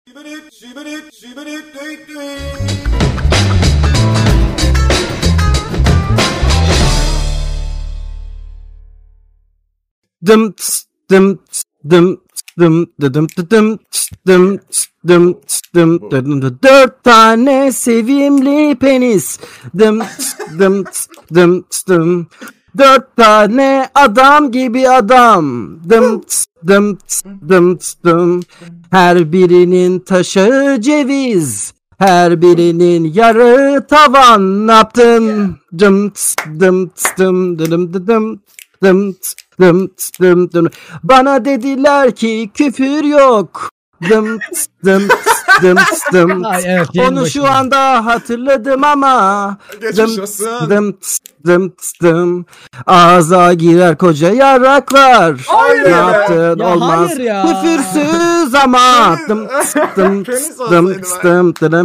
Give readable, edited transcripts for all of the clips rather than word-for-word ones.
Dım tıs, dım tıs, dım tıs, dım dıdım dıdım tıs, dım tıs, dım tıs, dım dıdım dı. 4 tane sevimli penis. Dım tıs, dım tıs, dım tıs, dım. 4 tane adam gibi adam. Dım tıs, dım tıs, dım tıs, dım. Her birinin taşı ceviz. Her birinin yarı tavan. Ne yaptın? Dım tıs, dım tıs, dım dıdım dıdım. Dım tıs, dım tıs, dım dım. Bana dediler ki küfür yok. Dım tıs, dım tıs, dım tıs, dım. Ay, evet, Onu şu anda hatırladım ama. Geçmiş olsun. Dım tıs, dım tıs, dım. Ağza girer koca yaraklar. Hayır Ne ya. yaptın Ya olmaz. hayır ya. Küfürsüz ama. Dım tıs, dım Penis tıs, olsaydı dım tıs, dım dım.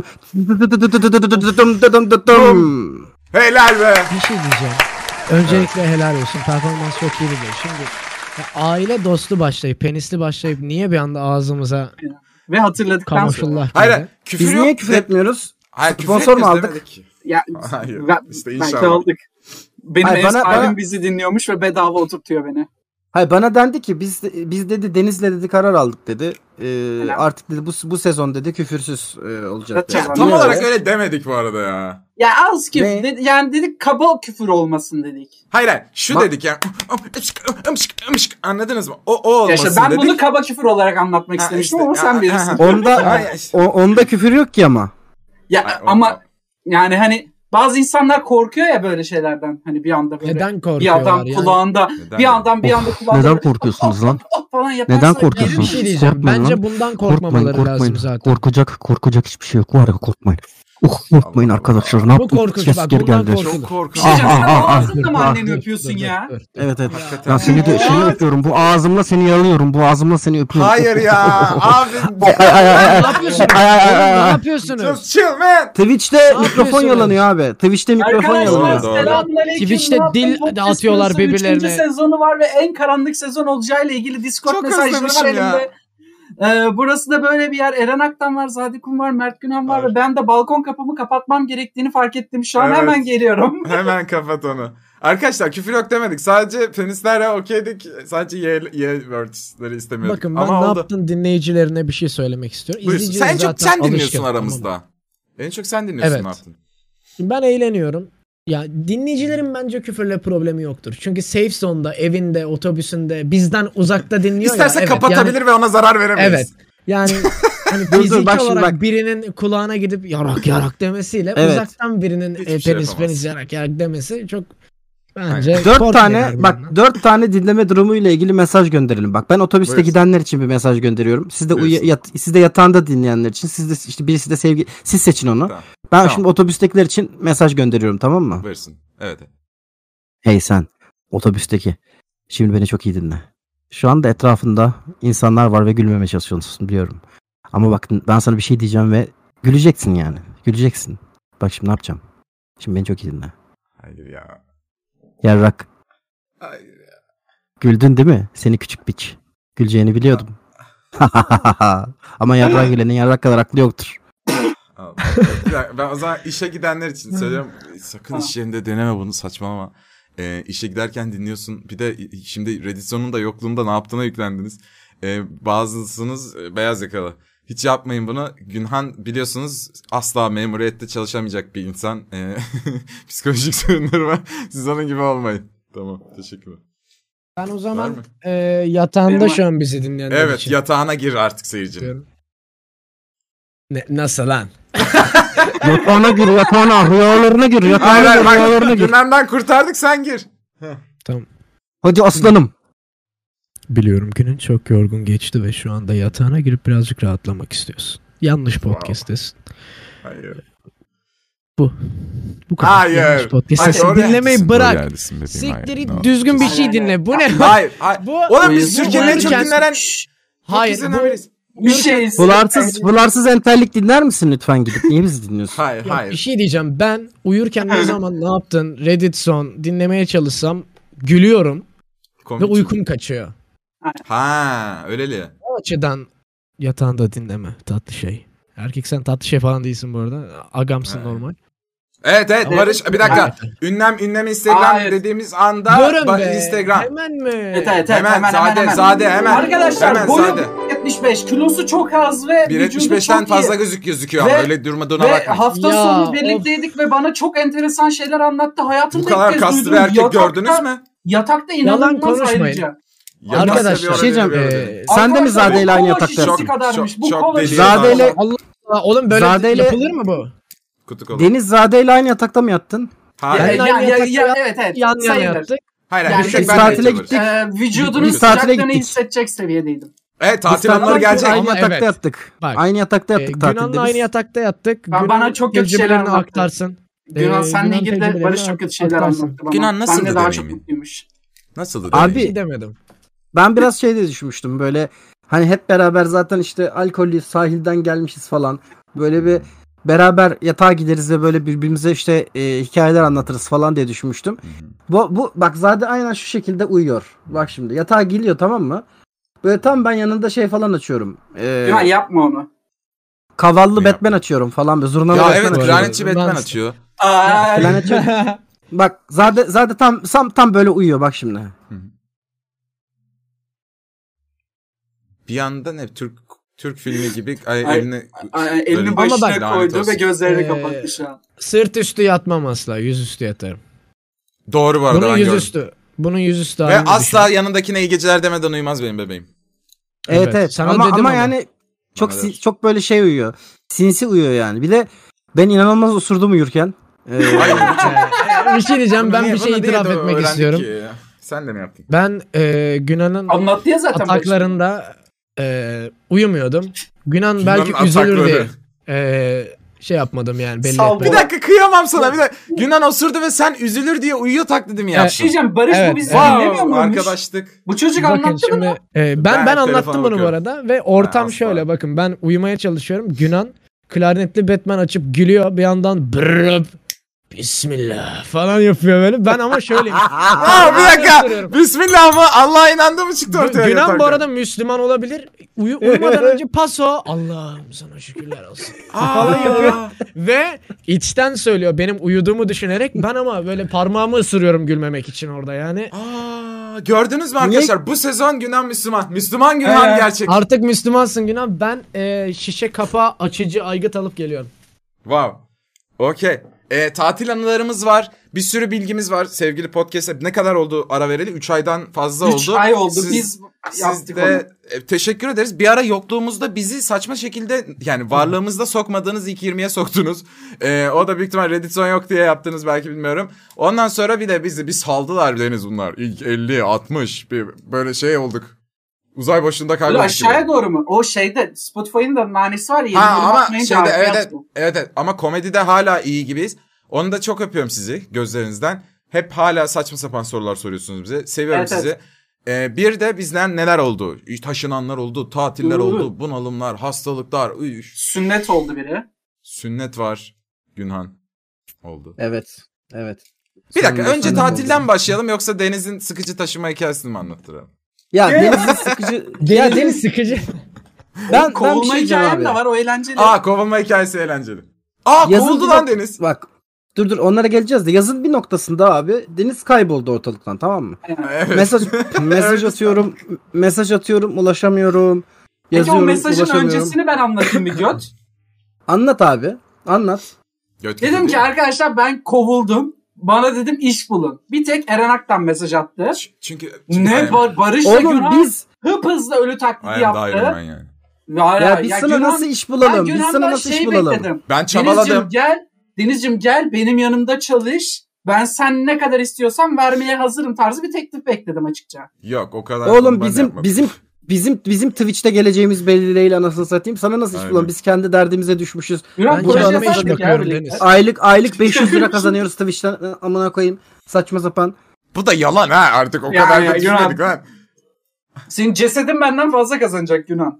Dım dım dım. Helal be. Bir şey diyeceğim. Öncelikle helal olsun. Performans çok iyi değil. Şimdi ya, aile dostu başlayıp, penisli başlayıp niye bir anda ağzımıza Ve hatırladıktan sonra. kamaşırlar? Hayır, küfür Biz yok. niye küfür etmiyoruz? Hayır, küfür Sponsor mu etmiyoruz aldık? demedik ki. Ya, Hayır, işte belki inşallah. aldık. Benim Hayır, ev bana- sahibim bizi dinliyormuş ve bedava oturtuyor beni. Hayır, bana dendi ki biz dedi Deniz'le dedi karar aldık dedi. Artık dedi bu sezon dedi küfürsüz olacak dedi. Ya, Tam Niye olarak öyle? öyle demedik bu arada ya. Ya az küfür. Ne? Yani dedik kaba küfür olmasın dedik. Hayır, şu dedik ya. Anladınız mı? O olmasın Ya işte ben dedik. bunu kaba küfür olarak anlatmak Ha, istemiştim işte, ama sen bilirsin. Onda küfür yok ki ama. Ya Hayır, ama yani hani bazı insanlar korkuyor ya böyle şeylerden. Hani bir anda böyle Neden bir korkuyorlar adam yani? kulağında Neden bir yani? adam kulağında Neden böyle korkuyorsunuz lan? falan yaparsa Neden Bir korkuyorsunuz? şey diyeceğim. Korkmayın Bence lan. bundan korkmamaları lazım zaten. Korkacak hiçbir şey yok var ya, korkmayın. Korkmayın Allah arkadaşlar. Allah. Ne Bu yaptın? korkunç Ses bak. geri Bundan geldi. korkulur. Çok korkunç. Bir şey diyeceğim, sen Ah, ağzınla mı ah, anneni Dur, öpüyorsun dur, ya? dur. Evet. Hakikaten. Ya seni öpüyorum. Bu ağzımla seni yalıyorum. Bu ağzımla seni öpüyorum. Hayır ya. Abi. Ne yapıyorsunuz? Oğlum, ne yapıyorsunuz? Just chill man. Twitch'te mikrofon yapıyorsunuz? yalanıyor abi. Twitch'te mikrofon Arkadaşlar yalanıyor. Doğru. selamünaleyküm. Twitch'te Ne yaptın? dil Podcast atıyorlar Plus'ın birbirlerine. 3. sezonu var ve en karanlık sezon olacağıyla ilgili Discord Çok mesajları var özlemişim ya. elimde. Burası da böyle bir yer. Eren Aktan var, Zadikun var, Mert Günhan var Evet. ve ben de balkon kapımı kapatmam gerektiğini fark ettim. Şu an Evet. hemen geliyorum. Hemen kapat onu. Arkadaşlar küfür yok demedik. Sadece penislerle okeydik. Sadece ye words'leri istemiyorduk. Bakın ben Ama ne oldu. yaptın dinleyicilerine bir şey söylemek istiyorum. Buyur. İzleyiciler Sen çok zaten sen dinliyorsun alışkın, aramızda. tamam. En çok sen dinliyorsun Evet. ne yaptın? Şimdi ben eğleniyorum. Ya dinleyicilerin bence küfürle problemi yoktur. Çünkü safe zone'da, evinde, otobüsünde, bizden uzakta dinliyor İsterse ya. Evet, kapatabilir yani, ve ona zarar veremeyiz. evet. Yani hani dur, fiziki bak şimdi olarak bak. birinin kulağına gidip yarak demesiyle Evet. uzaktan birinin Hiçbir şey penis yapamaz. yarak demesi çok bence 4 korkmayın tane harbiden. 4 tane dinleme durumuyla ilgili mesaj gönderelim. Bak ben otobüste Buyursun. gidenler için bir mesaj gönderiyorum. Siz de Buyursun. siz de yatağında dinleyenler için, siz de işte birisi de sevgi, siz seçin onu. Tamam. Ben Tamam. şimdi otobüstekiler için mesaj gönderiyorum, tamam mı? Buyursun. Evet. Hey sen otobüsteki. Şimdi beni çok iyi dinle. Şu anda etrafında insanlar var ve gülmemeye çalışıyorsun biliyorum. Ama bak ben sana bir şey diyeceğim ve güleceksin yani. Güleceksin. Bak şimdi ne yapacağım? Şimdi beni çok iyi dinle. Hayır ya. Yarrak. Hayır ya. Güldün değil mi? Seni küçük piç. Güleceğini biliyordum. Ama yarrak gülenin yarrak kadar aklı yoktur. Allah. Ben o zaman işe gidenler için söylüyorum. Sakın iş yerinde deneme bunu, saçmalama. İşe giderken dinliyorsun. Bir de şimdi Redison'un da yokluğunda ne yaptığına yüklendiniz. Bazısınız beyaz yakalı. Hiç yapmayın bunu. Günhan biliyorsunuz asla memuriyette çalışamayacak bir insan. Psikolojik sorunları var. Siz onun gibi olmayın. Tamam, teşekkürler. Ben o Var zaman mı? yatağında Benim- şu an bizi dinleyenler Evet, için. yatağına gir artık seyircinin. diyorum. Nasıl lan? Yatağına gir, yatağına, rüyalarına gir, Hayır yatağına hayır gir, rüyalarına bak. gir. Günhan'dan kurtardık, sen gir. Tamam. Hadi aslanım. Biliyorum günün çok yorgun geçti ve şu anda yatağına girip birazcık rahatlamak istiyorsun. Yanlış podcast'tesin. Hayır. Bu kadar. Hayır. Yanlış podcast'tesin. Hayır, oraya- Dinlemeyi bırak. Neredesin bebeğim? Siktir Hayır, git no. düzgün bir şey dinle. Bu ne? Hayır, hayır. Bu Oğlum biz Bu Türkiye'nin en çok uyurken- dinlenen... Hayır, Çok bu Bir şey Bularsız entellik dinler misin lütfen gidip? Niye bizi dinliyorsun? Hayır, Ya hayır. bir şey diyeceğim. Ben uyurken ne zaman ne yaptın Reddit son dinlemeye çalışsam gülüyorum Komik. ve uykum kaçıyor. Ha, öyleli. O açıdan yatağında dinleme tatlı şey. Erkek sen tatlı şey falan değilsin bu arada. Agamsın normal. Evet Ama- Barış bir dakika. Evet. Ünlem Instagram Hayır. dediğimiz anda Durun be. Instagram. Hemen mi? Evet, Hemen, Zade, hemen. Arkadaşlar Hemen, boyu Zade. 75, kilosu çok az ve vücudu 1.75'ten çok fazla iyi. gözüküyor Ve- ama öyle durmadığına Ve bakmayın. hafta Ya, sonu birlikteydik ve bana çok enteresan şeyler anlattı. Hayatımda Bu kadar ilk kez kaslı duydum. bir erkek gördünüz mü? Yatakta Yalan inanılmaz konuşmayın. ayrıca. Ya Arkadaşlar, nasıl bir bir şey diyeceğim. öyle Sen de mi Arkadaşlar, Zade ile bu aynı kola yatakta şişesi yattın? kadarmış. Bu Çok kola deli. şişesi Zade ile- kadar. Allah oğlum böyle Zade ile- yapılır mı bu? kutu kola. Deniz Zade ile aynı yatakta mı yattın? Hayır. Yani- aynı yatakta evet. Yan yana sayılır. yattık. Hayır. Yani bir tek biz ben de tatile yatıyoruz. gittik. Vücudunun Biz tatile sıcaklığını gittik. hissedecek seviyedeydim. Evet tatil Biz anıları gelecek. Aynı Ama yatakta evet. yattık. Bak, Aynı yatakta yattık tatilde Günan'la biz. aynı yatakta yattık. Bana Günan çok kötü şeyler tecrübelerini anlattı. aktarsın. Günan seninle Günan ilgili de tecrübelerini Barış çok kötü şeyler aktarsın. anlattı bana. Günan nasıldı Ben de daha çok deneyimin? mutluymuş. Nasıldı Abi- deneyim? Bir şey demedim. Ben biraz şey de düşünmüştüm böyle hani hep beraber zaten işte alkollü sahilden gelmişiz falan. Böyle bir beraber yatağa gideriz ve böyle birbirimize işte hikayeler anlatırız falan diye düşünmüştüm. Bu bak zaten aynen şu şekilde uyuyor. Bak şimdi yatağa geliyor tamam mı? Böyle tam ben yanında şey falan açıyorum. Günan yapma onu. Kavallı Yapma. Batman açıyorum falan böyle zurnalı Ya Batman evet açıyorum. klarnetçi Batman açıyor. Aa, Klarnetçi- Bak zaten tam böyle uyuyor bak şimdi. Bir anda ne Türk filmi gibi elini elini Böyle- başına Ama bak, koydu lanet ve olsun. gözlerini Ee, kapattı şu an. Sırt üstü yatmam asla. Yüzüstü yatarım. Doğru bu arada Bunun ben gördüm. yüzüstü. Bunun yüzüstü Ve halini asla düşün. yanındakine iyi geceler demeden uyumaz benim bebeğim. Evet Evet, evet. sana Ama, dedim ama ama. yani çok Bana der. çok böyle şey uyuyor. Sinsi uyuyor yani. Bir de ben inanılmaz osurdum uyurken. Ay, Bir şey diyeceğim. Ben niye- bir şey bunu niye itiraf de etmek öğrendik istiyorum. ki ya? Sen de mi yaptın? Ben Günan'ın Anlattı ya zaten. ataklarında uyumuyordum. Günan Günan'ın belki üzülür atakları. diye şey yapmadım yani belli Sal etmedim. Bir dakika kıyamam sana. Bir de Günan osurdu ve sen üzülür diye uyuyor taklidi mi Bir yaptın? şey diyeceğim. Barış Evet, bu bizi evet. dinlemiyor muymuş? Arkadaşlık. Bu çocuk Bakın anlattı şimdi bunu. ben Ben anlattım telefona bunu bu bakıyorum. arada ve ortam asla. şöyle bakın ben uyumaya çalışıyorum. Günan klarnetli Batman açıp gülüyor bir yandan brrrp Bismillah falan yapıyor böyle. Ben ama şöyleyim. Aa bir dakika. Soruyorum. Bismillah mı? Allah'a inandı mı çıktı ortaya? Günan bu yatarken? arada Müslüman olabilir. Uyumadan önce paso Allah'ım sana şükürler olsun. Aa, yapıyor. Ve içten söylüyor benim uyuduğumu düşünerek ben ama böyle parmağımı ısırıyorum gülmemek için orada yani. Aa, gördünüz mü arkadaşlar? Bu sezon Günan Müslüman. Müslüman Günan gerçek. Artık Müslümansın Günan. Ben şişe kapağı açıcı aygıt alıp geliyorum. Wow. Okey. Tatil anılarımız var. Bir sürü bilgimiz var. Sevgili podcast'e ne kadar oldu ara vereli? 3 aydan fazla 3 oldu. ay oldu. Siz Biz yaptık onu. de teşekkür ederiz. Bir ara yokluğumuzda bizi saçma şekilde yani varlığımızda sokmadığınız ilk 20'ye soktunuz. O da büyük ihtimal Reddit Zone yok diye yaptınız belki bilmiyorum. Ondan sonra bir de bizi bir saldılar Deniz bunlar. İlk 50, 60 bir böyle şey olduk. Uzay boşluğunda Böyle kaybolduk. aşağıya gibi. doğru mu? O şeyde Spotify'ın da nanesi var ya. Ha yeni ama bakmayınca şeyde arkaya evet, atıyor. evet ama komedide hala iyi gibiyiz. Onu da çok öpüyorum sizi gözlerinizden. Hep hala saçma sapan sorular soruyorsunuz bize. Seviyorum Evet, sizi. Bir de bizden neler oldu? Taşınanlar oldu, tatiller oldu, bunalımlar, hastalıklar. Sünnet oldu biri. Sünnet var. Günhan oldu. Evet. Evet. Bir dakika Sonunda önce sünnet tatilden oldu. başlayalım yoksa Deniz'in sıkıcı taşıma hikayesini mi anlattıralım? Ya Deniz'in sıkıcı. Ya Deniz sıkıcı. ben bir Kovulma şey diyeceğim hikayem abi. de var o eğlenceli. Aa kovulma hikayesi eğlenceli. Aa Yazın kovuldu bir lan nok- Deniz. Bak dur onlara geleceğiz de yazın bir noktasında abi Deniz kayboldu ortalıktan tamam mı? Evet. Mesaj atıyorum ulaşamıyorum. Peki o Yazıyorum mesajın ulaşamıyorum. öncesini ben anlatayım bir göt. Anlat abi. Anlat. Dedim ki arkadaşlar ben kovuldum. Bana dedim iş bulun. Bir tek Eren Ak'tan mesaj attı. Çünkü Ne Barış'la Oğlum Günhan biz hızlı ölü taklidi I am the Iron Man yaptı. yani. ya biz sana nasıl iş bulalım? Biz sana nasıl iş bulalım? Bekledim. Ben çabaladım. Denizciğim gel benim yanımda çalış. Ben sen ne kadar istiyorsan vermeye hazırım tarzı bir teklif bekledim açıkça. Yok o kadar. Oğlum ben de yapmadım. bizim Twitch'te geleceğimiz belli değil anasını satayım. Sana nasıl iş Aynen. bulalım? Biz kendi derdimize düşmüşüz. Yunan Ben burada proje kendime iş yaptık ya bakıyorum birlikte. Deniz. Aylık 500 lira kazanıyoruz Twitch'ten amına koyayım. Saçma sapan. Bu da yalan ha artık o Ya, kadar ya, da düşünmedik lan. Senin cesedin benden fazla kazanacak Yunan.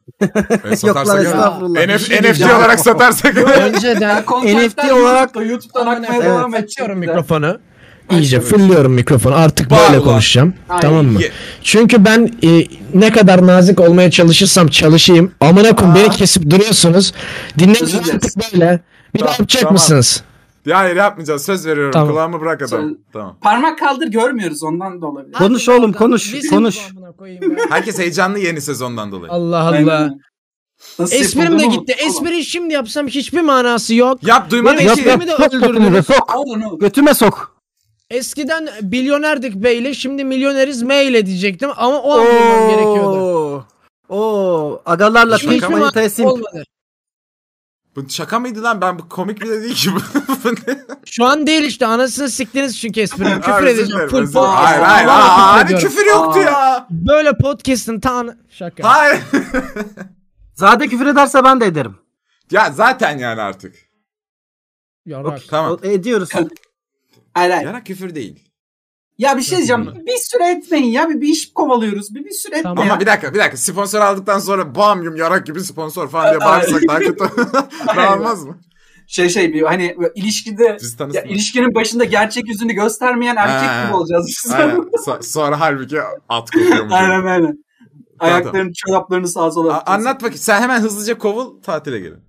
Yok lan estağfurullah. Bir şey NFT diyeceğim. olarak satarsak. Önceden NFT olarak- YouTube'dan akmaya Evet. devam edecek. açıyorum bir de. mikrofonu. İyice fırlıyorum mikrofonu. Artık Bağır böyle ulan. konuşacağım. Ay, Tamam mı? ye. Çünkü ben ne kadar nazik olmaya çalışırsam çalışayım. Amına koyayım beni kesip duruyorsunuz. Dinleyin Özür dileriz. artık böyle. Bir daha Tamam, yapacak tamam. mısınız? Ya hayır yapmayacağız. Söz veriyorum. Tamam. Kulağımı bırak adam. Söz- Tamam. Parmak kaldır görmüyoruz ondan da olabilir. Konuş oğlum, konuş, konuş. Herkes heyecanlı yeni sezondan dolayı. Allah Allah. Aynen. Nasıl Esprim de yapıldığını gitti. unuttum ama. Espriyi şimdi yapsam hiçbir manası yok. Yap duymadı Benim ki. esprimi de Sok götüme öldürdünüz. sok. Olur, olur. Götüme sok. Eskiden milyonerdik B ile, şimdi milyoneriz M ile diyecektim ama o an bulmam gerekiyordu. Oo, agalarla Şimdi Twitch hiçbir manitaya manası simp. olmadı. Bu şaka mıydı lan? Ben bu komik bile değil ki bu. Şu an değil işte, anasını siktiniz çünkü esprimi. Aa, Küfür özür edeceğim. dilerim, Full özür dilerim. podcast. Hayır hayır. Vallahi Aa, hani ediyorum. küfür yoktu ya. Böyle podcast'ın şaka. Hayır. Zade küfür ederse ben de ederim. Ya zaten yani artık. Yarak. Tamam. Ediyoruz. Hayır, hayır. Yarak küfür değil. Ya bir şey diyeceğim. Bir süre etmeyin ya. Bir iş kovalıyoruz. Bir süre etmeyin. Tamam. Ama bir dakika. Sponsor aldıktan sonra bam yum yarak gibi sponsor falan diye bağırsak daha kötü. Daha olmaz mı? Bir hani böyle ilişkide Biz ya, tanısın. ilişkinin başında gerçek yüzünü göstermeyen erkek Ha. gibi olacağız biz. Aynen. Sonra halbuki at kokuyormuş. Aynen. Ayaklarını, çoraplarını sağa sola atacağız. Anlat bakayım. Sen hemen hızlıca kovul, tatile gelin.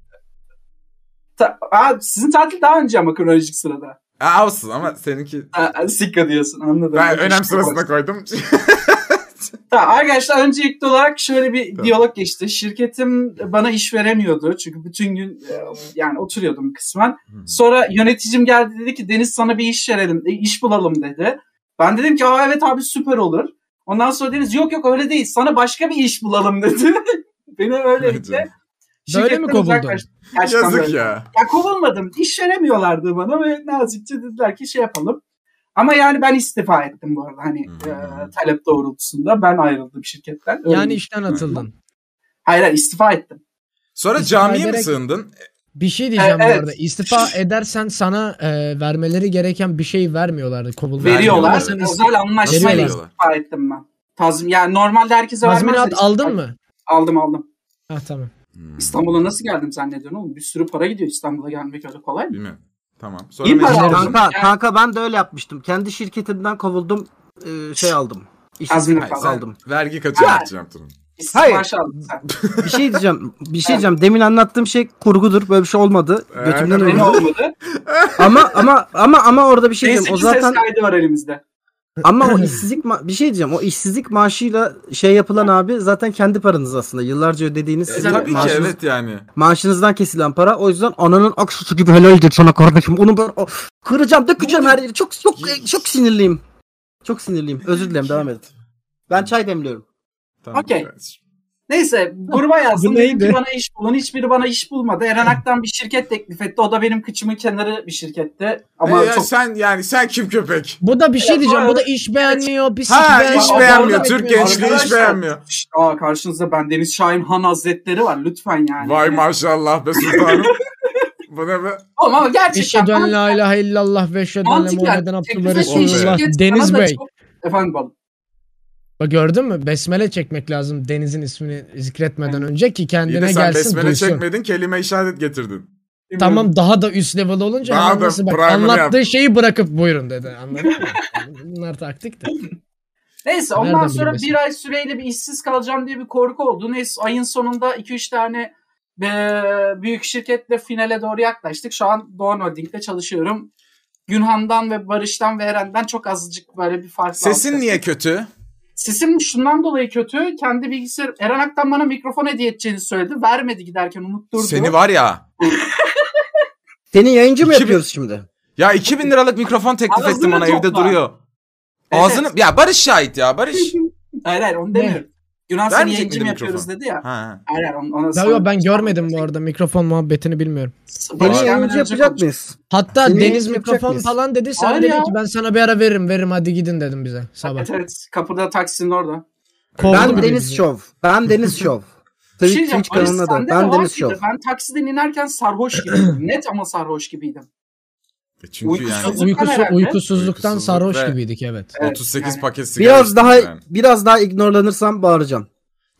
Sizin tatil daha önce ama kronolojik sırada. Olsun ama seninki... Sikka diyorsun, anladım. Ben önem İşte sırasına koydum. Tamam, arkadaşlar öncelikli olarak şöyle bir Tamam. diyalog geçti. Şirketim bana iş veremiyordu. Çünkü bütün gün yani oturuyordum kısmen. Sonra yöneticim geldi, dedi ki Deniz sana bir iş verelim, iş bulalım dedi. Ben dedim ki evet abi süper olur. Ondan sonra Deniz yok öyle değil, sana başka bir iş bulalım dedi. Beni öylelikle Böyle mi kovuldun? Gerçekten Yazık böyle. ya. Ya kovulmadım. İş veremiyorlardı bana ve nazikçe dediler ki şey yapalım. Ama yani ben istifa ettim bu arada. Hani talep doğrultusunda ben ayrıldım şirketten. Öyle Yani bir- işten atıldın. Hayır istifa ettim. Sonra İstifa camiye mi ederek- sığındın? Bir şey diyeceğim Evet. bu arada. İstifa edersen sana vermeleri gereken bir şey vermiyorlardı. Kovulma. Veriyorlar. Vermiyorlar. Sen Özel anlaşmayla Veriyorlar. istifa ettim ben. Yani normalde herkese vermezler. Tazminat istifa aldın ettim. mı? Aldım. Ha tamam. İstanbul'a nasıl geldim zannediyorsun oğlum? Bir sürü para gidiyor İstanbul'a gelmek öyle kolay mı? Bilmiyorum. Tamam. Sonra İyi para mecbur aldın. oldun. Kanka ben de öyle yapmıştım. Kendi şirketimden kovuldum. Şey aldım. Tazminat İşsizlik aldım. aldım. Vergi kaçağı Ha. atacağım Turun. Hayır. Maaş aldın sen. Bir şey diyeceğim. Demin anlattığım şey kurgudur. Böyle bir şey olmadı. Götümden Aynen. öyle. Ne olmadı? Ama orada bir şey Neyse diyeceğim. O ki ses zaten kaydı var elimizde. ama o işsizlik bir şey diyeceğim. O işsizlik maaşıyla şey yapılan abi zaten kendi paranız aslında. Yıllarca ödediğiniz sizin Tabii ki maaşınız, evet yani. maaşınızdan kesilen para. O yüzden ananın aksusu gibi helaldir sana kardeşim. Onu ben kıracağım, dökeceğim her yeri. Çok sinirliyim. Çok sinirliyim. Özür dilerim, devam edin. Ben çay demliyorum. Tamam. Okey. Evet. Neyse gruba yazdım. Bu Dedim ki neydi? bana iş bulun. Hiçbiri bana iş bulmadı. Eren Ak'tan bir şirket teklif etti. O da benim kıçımın kenarı bir şirketti. Ama Ya çok... sen kim köpek? Bu da bir şey Evet, diyeceğim. bu Bu da arada- iş beğenmiyor. Bir Ha sik iş Aa, beğenmiyor. orada Türk bekliyorum. gençliği iş Arkadaşlar, beğenmiyor. karşınızda ben Deniz Şahin Han Hazretleri var. Lütfen yani. Vay maşallah be sultanım. Bu ne be? Oğlum ama gerçekten. Eşhedü en la ilahe illallah ve eşhedü enne Mantıken Muhammeden teklif abdühü ve ettiği Resulullah. şirket Deniz sana da Bey. çok- Efendim balım. Bak gördün mü? Besmele çekmek lazım Deniz'in ismini zikretmeden önce ki İyi de kendine sen gelsin besmele duysun. çekmedin kelime işaret getirdin. Tamam, daha da üst level olunca Daha da anlasın bak, prime'ını anlattığı yap. şeyi bırakıp buyurun dedi. Anladın mı? Bunlar taktik de. Neyse ondan Nereden sonra bilmesin? bir ay süreyle bir işsiz kalacağım diye bir korku oldu. Neyse ayın sonunda 2-3 tane büyük şirketle finale doğru yaklaştık. Şu an Doğan Holding'de çalışıyorum. Günhan'dan ve Barış'tan ve Eren'den çok azıcık böyle bir fark var. Sesin niye kötü? Sesim şundan dolayı kötü. Kendi bilgisayar Eren Ak'tan bana mikrofon hediye edeceğini söyledi. Vermedi giderken, unutturdu. Seni var ya. Seni yayıncı mı 2000 yapıyoruz şimdi? Ya 2000 liralık mikrofon teklif Ağzını ettim ona evde topla. duruyor. Evet. Ağzını ya Barış şahit ya Barış. Hayır onu demiyorum. Yunan seni Vermeyecek yayıncı mı miydi yapıyoruz mikrofon? dedi ya. Ha. Hayır ona Ya yo, ben görmedim bu arada, mikrofon muhabbetini bilmiyorum. Seni Barış yayıncı gelmeden önce yapacak konuş. mıyız? Hatta Seni Deniz yapacak mikrofon mıyız? falan dedi, sen Hayır dedin ya. ki ben sana bir ara veririm hadi gidin dedim bize sabah. Evet kapıda taksinin orada. Kovdu Ben bir de Deniz bizi. Show. Ben Deniz Show. Bir şey diyeceğim. Twitch Barış kanalına da. sende de Ben var Deniz mıydı? Show. Ben taksiden inerken sarhoş gibiydim. Net ama sarhoş gibiydim. Çünkü Uykusuz. yani Herhalde. Uykusuzluktan Uykusuzluk sarhoş ve- gibiydik evet. Evet, 38 yani. paket sigara Biraz daha içtim yani. biraz daha ignorlanırsam bağıracağım.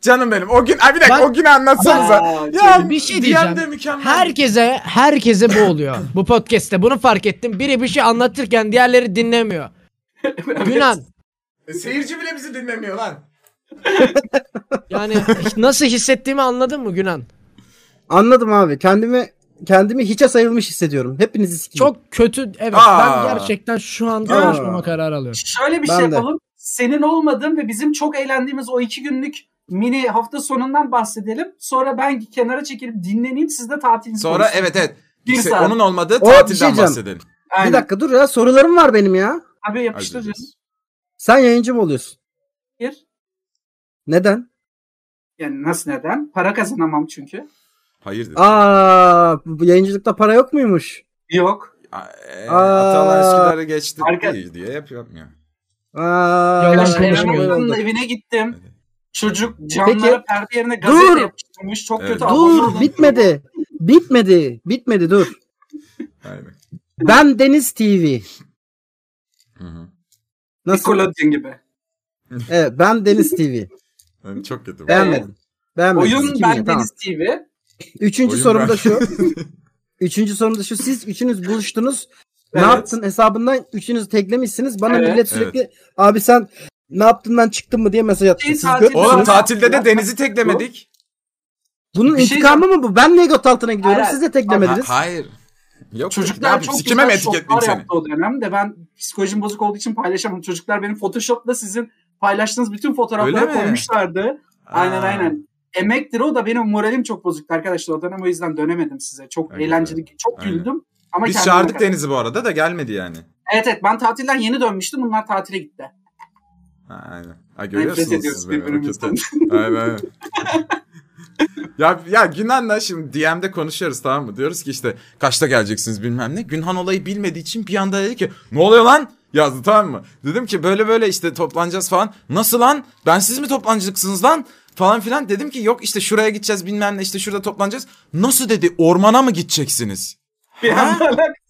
Canım benim. O gün bir dakika Ben- o günü anlatsanıza. Ya bir şey diyeceğim. DM'de mükemmel. Herkese bu oluyor. Bu podcast'te bunu fark ettim. Biri bir şey anlatırken diğerleri dinlemiyor. Günan Seyirci bile bizi dinlemiyor lan. yani nasıl hissettiğimi anladın mı Günan? Anladım abi. Kendimi hiçe sayılmış hissediyorum. Hepinizi sikeyim. Çok kötü. Evet Aa. ben gerçekten şu an Aa. konuşmama kararı alıyorum. Şöyle bir Ben şey de. yapalım. Senin olmadığın ve bizim çok eğlendiğimiz o 2 günlük mini hafta sonundan bahsedelim. Sonra ben kenara çekilip dinleneyim. Siz de tatilinizi Sonra konuşun. evet. Bir saat. Onun olmadığı O, bir şey tatilden diyeceğim. bahsedelim. Aynen. Bir dakika dur ya. Sorularım var benim ya. Abi yapıştır canım. Sen yayıncı mı oluyorsun? Bir. Neden? Yani nasıl neden? Para kazanamam çünkü. Hayır dedim. Bu yayıncılıkta para yok muymuş? Yok. Atalar eskileri geçti Arka- diye yapıyor ya. Yalan Yalan Eren konuşmuyor. Hoca'nın evine gittim. Evet. Çocuk camlara Peki. perde yerine gazete Dur. yapıştırmış. Çok Evet. kötü. abone Dur olun. bitmedi dur. Aynen. Ben Deniz TV. Hı. Nasıl? Nickelodeon gibi. Evet, ben Deniz TV. Yani çok kötü. Beğenmedim. Oyun Sikeyim Ben ya, tamam. Deniz TV. Üçüncü Oyun sorum ben- da şu. Üçüncü sorum da şu. Siz üçünüz buluştunuz. Ne Evet. yaptın hesabından üçünüz teklemişsiniz. Bana Evet. millet sürekli abi sen ne yaptığından çıktın mı diye mesaj attı. Şey, Siz tatil- görmüyorsunuz. Oğlum tatilde de Deniz'i teklemedik. Bunun Bir şey intikamı mı bu? Ben niye göt altına gidiyorum? Hayır. Siz de teklemediniz. Hayır. Yok Çocuklar çok sikime mi güzel etiketleyeyim şoklar seni? yaptı o dönemde. Ben psikolojim bozuk olduğu için paylaşamam. Çocuklar benim Photoshop'la sizin paylaştığınız bütün Öyle fotoğrafları mi? koymuşlardı. Aynen Aa. aynen. Emektir o da, benim moralim çok bozuktu arkadaşlar o dönem, o yüzden dönemedim size. Çok Aynen. eğlenceli, çok Aynen. güldüm. Ama Biz kendime çağırdık kadar- Deniz'i bu arada da gelmedi yani. Evet ben tatilden yeni dönmüştüm. Bunlar tatile gitti. Ha, aynen. Ha, görüyorsunuz Nefret ediyoruz siz beni. o birbirimizden. kötü. Aynen. ya Günhan'la şimdi DM'de konuşuyoruz, tamam mı? Diyoruz ki işte kaçta geleceksiniz bilmem ne. Günhan olayı bilmediği için bir anda dedi ki ne oluyor lan? Yazdı, tamam mı? Dedim ki böyle işte toplanacağız falan. Nasıl lan? Bensiz mi toplanacaksınız lan? Falan filan. Dedim ki yok işte şuraya gideceğiz bilmem ne, işte şurada toplanacağız. Nasıl dedi? Ormana mı gideceksiniz? Bir Ha? anda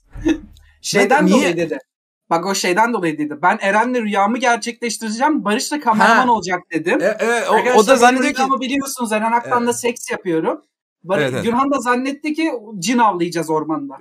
şeyden Niye? dolayı dedi. Bak o şeyden dolayı dedi. Ben Eren'le rüyamı gerçekleştireceğim. Barış da kameraman Ha. olacak dedim. Evet, o Arkadaşlar, da zannediyor ki... Ama biliyorsunuz Eren Aktan'da Evet. seks yapıyorum. Evet. Gürhan da zannetti ki cin avlayacağız ormanda.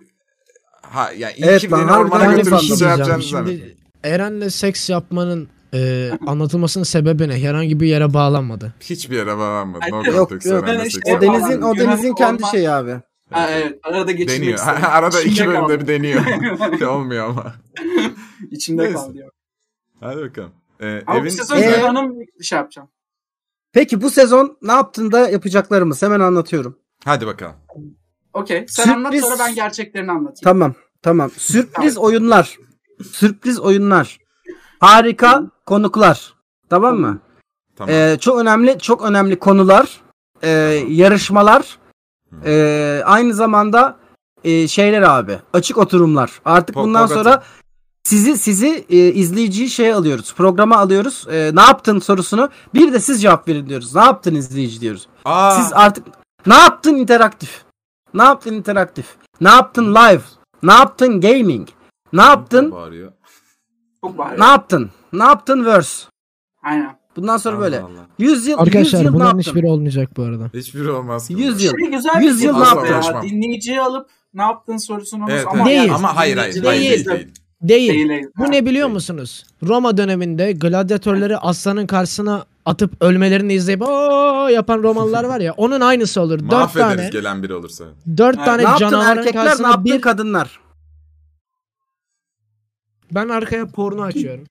Ha ya iyi Evet, ki ben beni harbiden ormana öyle Ben de bir götürmüş şey sandım. yapacağını diyeceğim. zannettim. Şimdi Eren'le seks yapmanın anlatılmasının sebebi ne? Herhangi bir yere bağlanmadı. Hiçbir yere bağlanmadı. No Yok, context, yok. Eren'le Ben seks işte- O Deniz'in Orman- kendi orman- şeyi abi. Ha, evet. Arada geçirmek Deniyor. istedim. Arada iki İçimde bölümde kaldı. bir deniyor. Olmuyor ama. İçimde Neyse. kaldı. Hadi bakalım. Ama Evin... bu sezon Ee? Gürhan'ım şey yapacağım. Peki bu sezon ne yaptın da yapacaklarımız hemen anlatıyorum. Hadi bakalım. Okey. Sen Sürpriz- anlat, sonra ben gerçeklerini anlatayım. Tamam. Sürpriz oyunlar. Sürpriz oyunlar. Harika konuklar. Tamam mı? Tamam. Çok önemli konular. Yarışmalar. Aynı zamanda şeyler abi. Açık oturumlar. Artık bundan Pogatı. sonra sizi izleyiciyi alıyoruz. Programa alıyoruz. Ne yaptın sorusunu. Bir de siz cevap verin diyoruz. Ne yaptın izleyici diyoruz. Aa, Siz artık ne yaptın interaktif? Ne yaptın interaktif? Ne yaptın live? Ne yaptın gaming? Ne yaptın? bağırıyor. Çok var. Ne yaptın? Ne yaptın verse? Aynen. Bundan sonra Allah böyle. Allah. 100 yıl Arkadaşlar ne bunların yaptın? hiçbiri olmayacak bu arada. Hiçbiri olmaz. 100 yıl. Şey güzel 100 yıl bir ne tip yaptın? ya. Uğraşmam. Dinleyiciyi alıp ne yaptın sorusunu Evet, ama Değil. yani Ama hayır. Değil. Değil. Değil. Değil. Bu Ha. ne biliyor musunuz? Roma döneminde gladyatörleri aslanın karşısına atıp ölmelerini izleyip o yapan Romalılar var ya, onun aynısı olur. 4 Mahvederiz tane gelen biri olursa. 4 Ha. tane Ne yaptın canavarın erkekler? Ne karşısına yaptın bir kadınlar? ben arkaya porno açıyorum.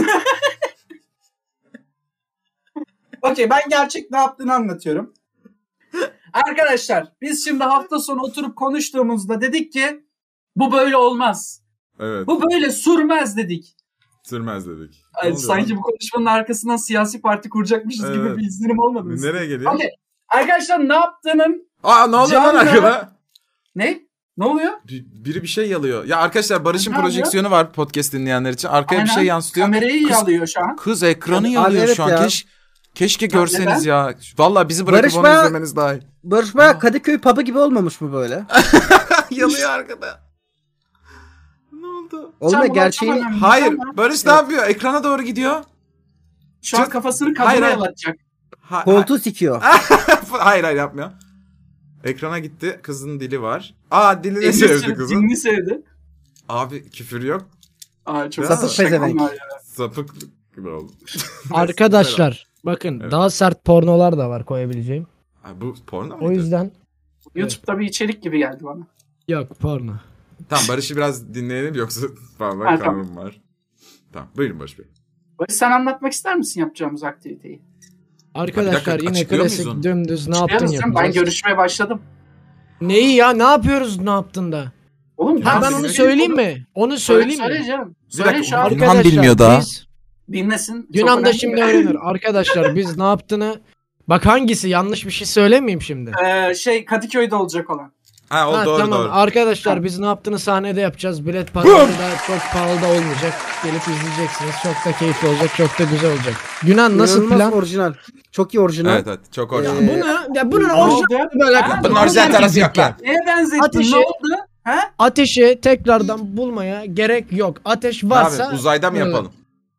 Okey, ben gerçek ne yaptığını anlatıyorum. Arkadaşlar biz şimdi hafta sonu oturup konuştuğumuzda dedik ki bu böyle olmaz. Evet. Bu böyle sürmez dedik. Sürmez dedik. Ay, Ne oluyor sanki lan? bu konuşmanın arkasından siyasi parti kuracakmışız gibi Evet. bir izlenim olmadı mı? Nereye geliyor? Okey. Arkadaşlar ne yaptığının Aa, ne oluyor lan Canlı. arkada? ne? Ne oluyor? Biri bir şey yalıyor. Ya arkadaşlar Barış'ın Ne oluyor? projeksiyonu var podcast dinleyenler için. Arkaya bir Aynen. şey yansıtıyor. Kamerayı Kız- yalıyor şu an. Kız ekranı Abi yalıyor evet şu an. ya. Keşke Ya görseniz neden? ya. Vallahi bizi bırakıp Barış onu bayağı- izlemeniz daha iyi. Barış bayağı Kadıköy pub'ı gibi olmamış mı böyle? Yalıyor arkada. Ne oldu? Oğlum Sen da bunu gerçeğini... açamadın. Hayır. Ama Barış ne yapıyor? Ekrana doğru gidiyor. Şu an kafasını Hayır, kadına hayır. yalatacak. Koltuğu sikiyor. Hayır yapmıyor. Ekrana gitti. Kızın dili var. Dilini sevdi kızın. Dilini sevdi. Abi küfür yok. Çok Sapık pezevenk. Sapıklık gibi oldu. Arkadaşlar bakın Evet. daha sert pornolar da var koyabileceğim. Bu porno muydu? O yüzden YouTube'da bir içerik gibi geldi bana. yok porno. Tamam Barış'ı biraz dinleyelim yoksa fazla Ha, kanun var. Tamam buyurun Barış Bey. Barış sen anlatmak ister misin yapacağımız aktiviteyi? Arkadaşlar yine açıklıyor muyuz klasik onu? dümdüz ne yaptın Ben yapacağız. görüşmeye başladım. Neyi ya ne yapıyoruz ne yaptın da? Oğlum Ha ben Söyle, onu söyleyeyim mi? Onu söyleyeyim Söyle mi? canım. Bir Söyle dakika, şu an. Günhan Arkadaşlar bilmiyor daha. biz Dinlesin. Günhan Çok da önemli. şimdi öğrenir. Arkadaşlar biz ne yaptığını bak hangisi yanlış bir şey söylemeyeyim şimdi. Kadıköy'de olacak olan. O doğru tamam. doğru. Arkadaşlar biz ne yaptığını sahnede yapacağız. Bilet paraları da çok pahalı da olmayacak. Gelip izleyeceksiniz. Çok da keyifli olacak. Çok da güzel olacak. Günhan nasıl İnanılmaz plan? orijinal. Çok iyi orijinal. Evet çok hoş. Bunun Ne orijinal oldu? böyle. Ha, Bunun orijinal tarafı yok lan. Neye benzettin? Ateşi- Ne oldu? Ha? Ateşi tekrardan bulmaya gerek yok. Ateş varsa Abi uzayda mı böyle. yapalım?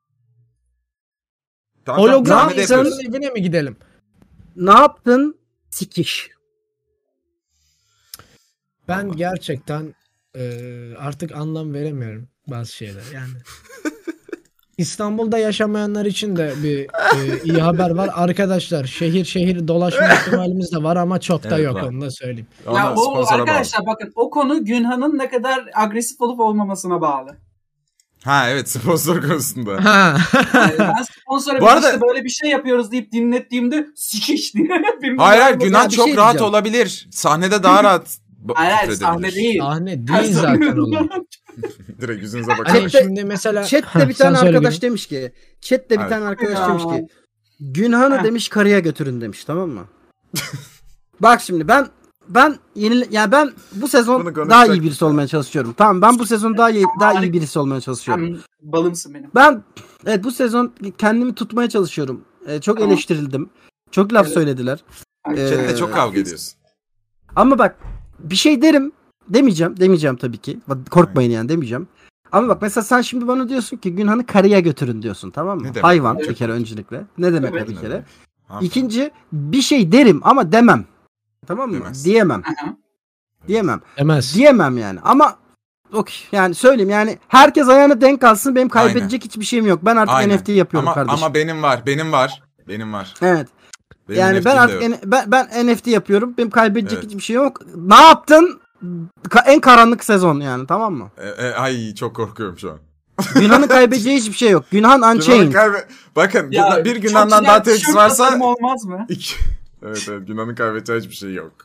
Tamam, Hologram sahnede insanın yapıyoruz. evine mi gidelim? Ne yaptın? Sikiş. Ben gerçekten artık anlam veremiyorum bazı şeyler yani. İstanbul'da yaşamayanlar için de bir iyi haber var. Arkadaşlar şehir şehir dolaşma ihtimalimiz de var ama çok da Evet, yok var. onu da söyleyeyim. Ya o Sponsora arkadaşlar bakın o konu Günhan'ın ne kadar agresif olup olmamasına bağlı. Ha evet sponsor konusunda. Ha. Yani ben sponsora Bu arada- işte böyle bir şey yapıyoruz deyip dinlettiğimde sikiş diye. Hayır Günhan bir çok şey rahat diyeceğim. olabilir. Sahnede daha rahat Hayır küfredebilir. sahne değil. Sahne değil zaten olay. Direkt yüzünüze bakın. Hani Chatte- şimdi mesela Chat'te bir sen tane söyle arkadaş Günhan. demiş ki. Chat'te bir Evet. tane arkadaş Ya. demiş ki. Günhan'ı Ha. demiş karıya götürün demiş, tamam mı? Bak şimdi ben bu sezon Bunu konuşacak- daha iyi birisi olmaya çalışıyorum. Tamam ben bu sezon daha iyi birisi olmaya çalışıyorum. Sen balımsın benim. Ben bu sezon kendimi tutmaya çalışıyorum. Çok Tamam. eleştirildim. Çok laf Evet. söylediler. Chat'te çok Ee, kavga ediyorsun. Ama bak bir şey derim. Demeyeceğim tabii ki. Bak, korkmayın yani demeyeceğim. Ama bak mesela sen şimdi bana diyorsun ki Günhan'ı karıya götürün diyorsun, tamam mı? Ne demek? Hayvan Evet. bir kere öncelikle. Ne demek Evet. o bir Ne kere? demek? Ha, İkinci bir şey derim ama demem. Tamam mı? Demez. Diyemem. Aha. Demez. Diyemem yani. Ama okey yani söyleyeyim yani herkes ayağına denk alsın, benim kaybedecek hiçbir şeyim yok. Ben artık Aynen. NFT yapıyorum kardeşim. Ama benim var. Evet. Benim Yani ben NFT'm de artık yok. ben NFT yapıyorum. Benim kaybedecek Evet. hiçbir şey yok. Ne yaptın? En karanlık sezon yani, tamam mı? Ay çok korkuyorum şu an. Günhan'ın kaybedeceği hiçbir şey yok. Günhan Unchained. Bakın Ya, bir çok Günhan'dan güzel daha tesis tişört varsa tasarımı olmaz mı? iki. Evet Günhan'ın kaybedeceği hiçbir şey yok.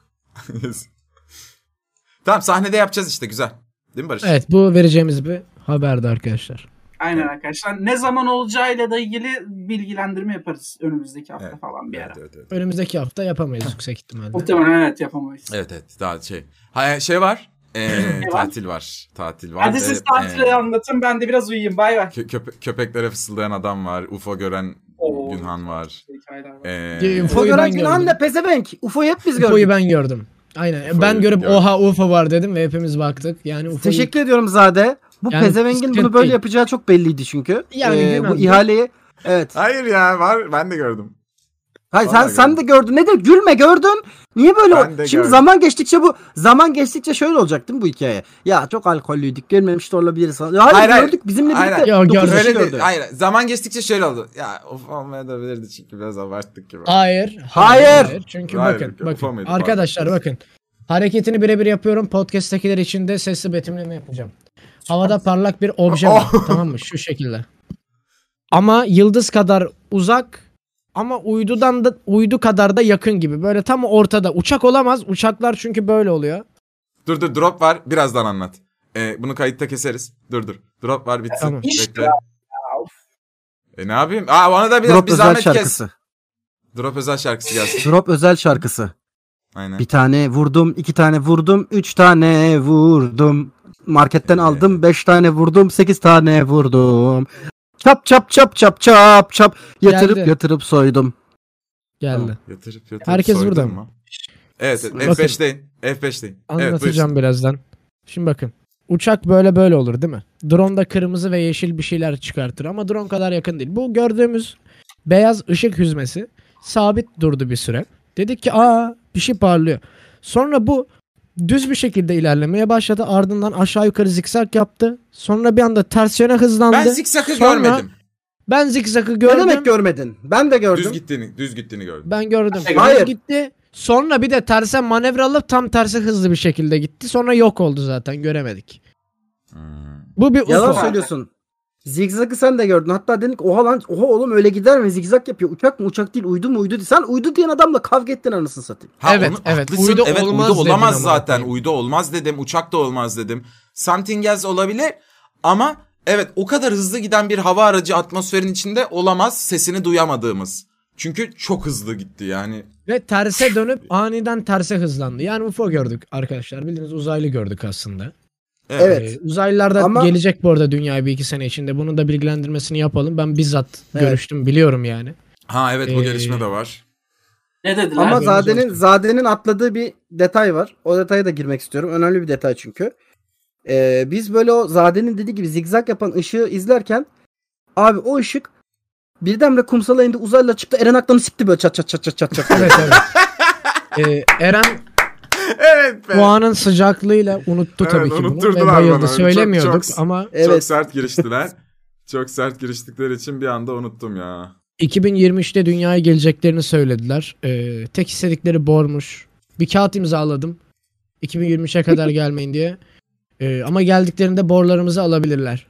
Tamam sahnede yapacağız işte güzel. Değil mi Barış? Evet bu vereceğimiz bir haberdi arkadaşlar. Aynen arkadaşlar. Ne zaman olacağıyla da ilgili bilgilendirme yaparız önümüzdeki hafta Evet. falan bir ara. Evet. Önümüzdeki hafta yapamayız yüksek ihtimalle. Muhtemelen evet yapamayız. Evet daha şey. Şey var. var? Tatil var. Tatil var. Hadi siz tatili anlatın, ben de biraz uyuyayım. Bay bay. Köpeklere fısıldayan adam var. UFO gören Oo. Günhan var. Hikayeler var. UFO UFO ben gören gördüm. Günhan ne pezevenk. UFO'yu hep biz gördük. UFO'yu ben gördüm. Aynen. UFO'yu Ben görüp gördüm. oha UFO var dedim ve hepimiz baktık. Yani UFO'yu Teşekkür ediyorum Zade. Bu Yani pezevengin sıkıntı bunu böyle değil. yapacağı çok belliydi çünkü. Yani Bu Günhan- ihaleyi evet. Hayır ya var. Ben de gördüm. Hayır Vallahi sen de gördün. Ne de gülme gördün. Niye böyle Ben de Şimdi gördüm. zaman geçtikçe şöyle olacak değil mi bu hikaye? Ya çok alkollüydük. Görmemiş de olabiliriz. Ya, hayır, Hayır. gördük. Bizimle Hayır, birlikte. hayır. 9 Gördüm. kişi Öyle gördü. değil. Hayır. Zaman geçtikçe şöyle oldu. Ya of olmayabilirdi çünkü biraz abarttık gibi. Hayır. Hayır. Çünkü Hayır, bakın UFO muydu? arkadaşlar bakın. Hareketini birebir yapıyorum. Podcast'tekiler için de sesli betimleme yapacağım. Havada parlak bir obje var. Tamam mı? Şu şekilde. Ama yıldız kadar uzak ama uydu kadar da yakın gibi. Böyle tam ortada. Uçak olamaz. Uçaklar çünkü böyle oluyor. Dur drop var. Birazdan anlat. Bunu kayıtta keseriz. Dur. Drop var bitsin. Tamam. İşte Bekle. Ne yapayım? Ona da Drop bir özel zahmet şarkısı. kes. Drop özel şarkısı gelsin. Drop özel şarkısı. Aynen. Bir tane vurdum, 2 tane vurdum, 3 tane vurdum. Marketten aldım, 5 tane vurdum, 8 tane vurdum. Çap çap çap çap çap çap. Geldi. Yatırıp soydum. Geldi. Yatırıp Herkes soydun burada mu? Evet Bakın. F5'teyim. Evet Anlatacağım birazdan. Şimdi bakın. Uçak böyle olur değil mi? Drone da kırmızı ve yeşil bir şeyler çıkartır ama drone kadar yakın değil. Bu gördüğümüz beyaz ışık hüzmesi sabit durdu bir süre. Dedik ki bir şey parlıyor. Sonra bu düz bir şekilde ilerlemeye başladı. Ardından aşağı yukarı zikzak yaptı. Sonra bir anda ters yöne hızlandı. Ben zikzakı Sonra görmedim. Ben zikzakı Ne gördüm. demek görmedin? Ben de gördüm. Düz gittiğini gördüm. Ben gördüm. Hayır. Düz gitti. Sonra bir de terse manevra alıp tam tersi hızlı bir şekilde gitti. Sonra yok oldu zaten. Göremedik. Bu bir Yalan UFO. söylüyorsun. Zigzag'ı sen de gördün. Hatta dedik oha lan, oha oğlum öyle gider mi? Zigzag yapıyor. Uçak mı? Uçak değil. Uydu mu? Uydu değil. Sen uydu diyen adamla kavga ettin anasını satayım. Evet, evet. Haklısın. Uydu Evet, olmaz uydu dedin olamaz ama zaten. bakayım. Uydu olmaz dedim. Uçak da olmaz dedim. Something else olabilir ama evet, o kadar hızlı giden bir hava aracı atmosferin içinde olamaz, sesini duyamadığımız. Çünkü çok hızlı gitti yani. Ve terse dönüp aniden terse hızlandı. Yani UFO gördük arkadaşlar. Bildiğiniz uzaylı gördük aslında. Evet. Uzaylılar da Ama- gelecek bu arada dünyaya bir iki sene içinde. Bunun da bilgilendirmesini yapalım. Ben bizzat Evet. görüştüm, biliyorum yani. Ha evet, bu Ee, gelişme de var. Ne dediler? Ama haberiniz Zade'nin atladığı bir detay var. O detaya da girmek istiyorum. Önemli bir detay çünkü. Biz böyle o Zade'nin dediği gibi zigzag yapan ışığı izlerken abi o ışık birdenbire kumsala indi, uzayla çıktı, Eren Aktan'ı sikti böyle çat çat çat çat çat çat. Evet, evet. Eren Evet be. o anın sıcaklığıyla unuttu tabii ki bunu. Ve unutturdular bayıldı. bana. Söylemiyorduk Çok- ama Çok Evet. sert giriştiler. Çok sert giriştikleri için bir anda unuttum ya. 2023'te dünyaya geleceklerini söylediler. Tek istedikleri bormuş. Bir kağıt imzaladım. 2023'e kadar gelmeyin diye. Ama geldiklerinde borlarımızı alabilirler.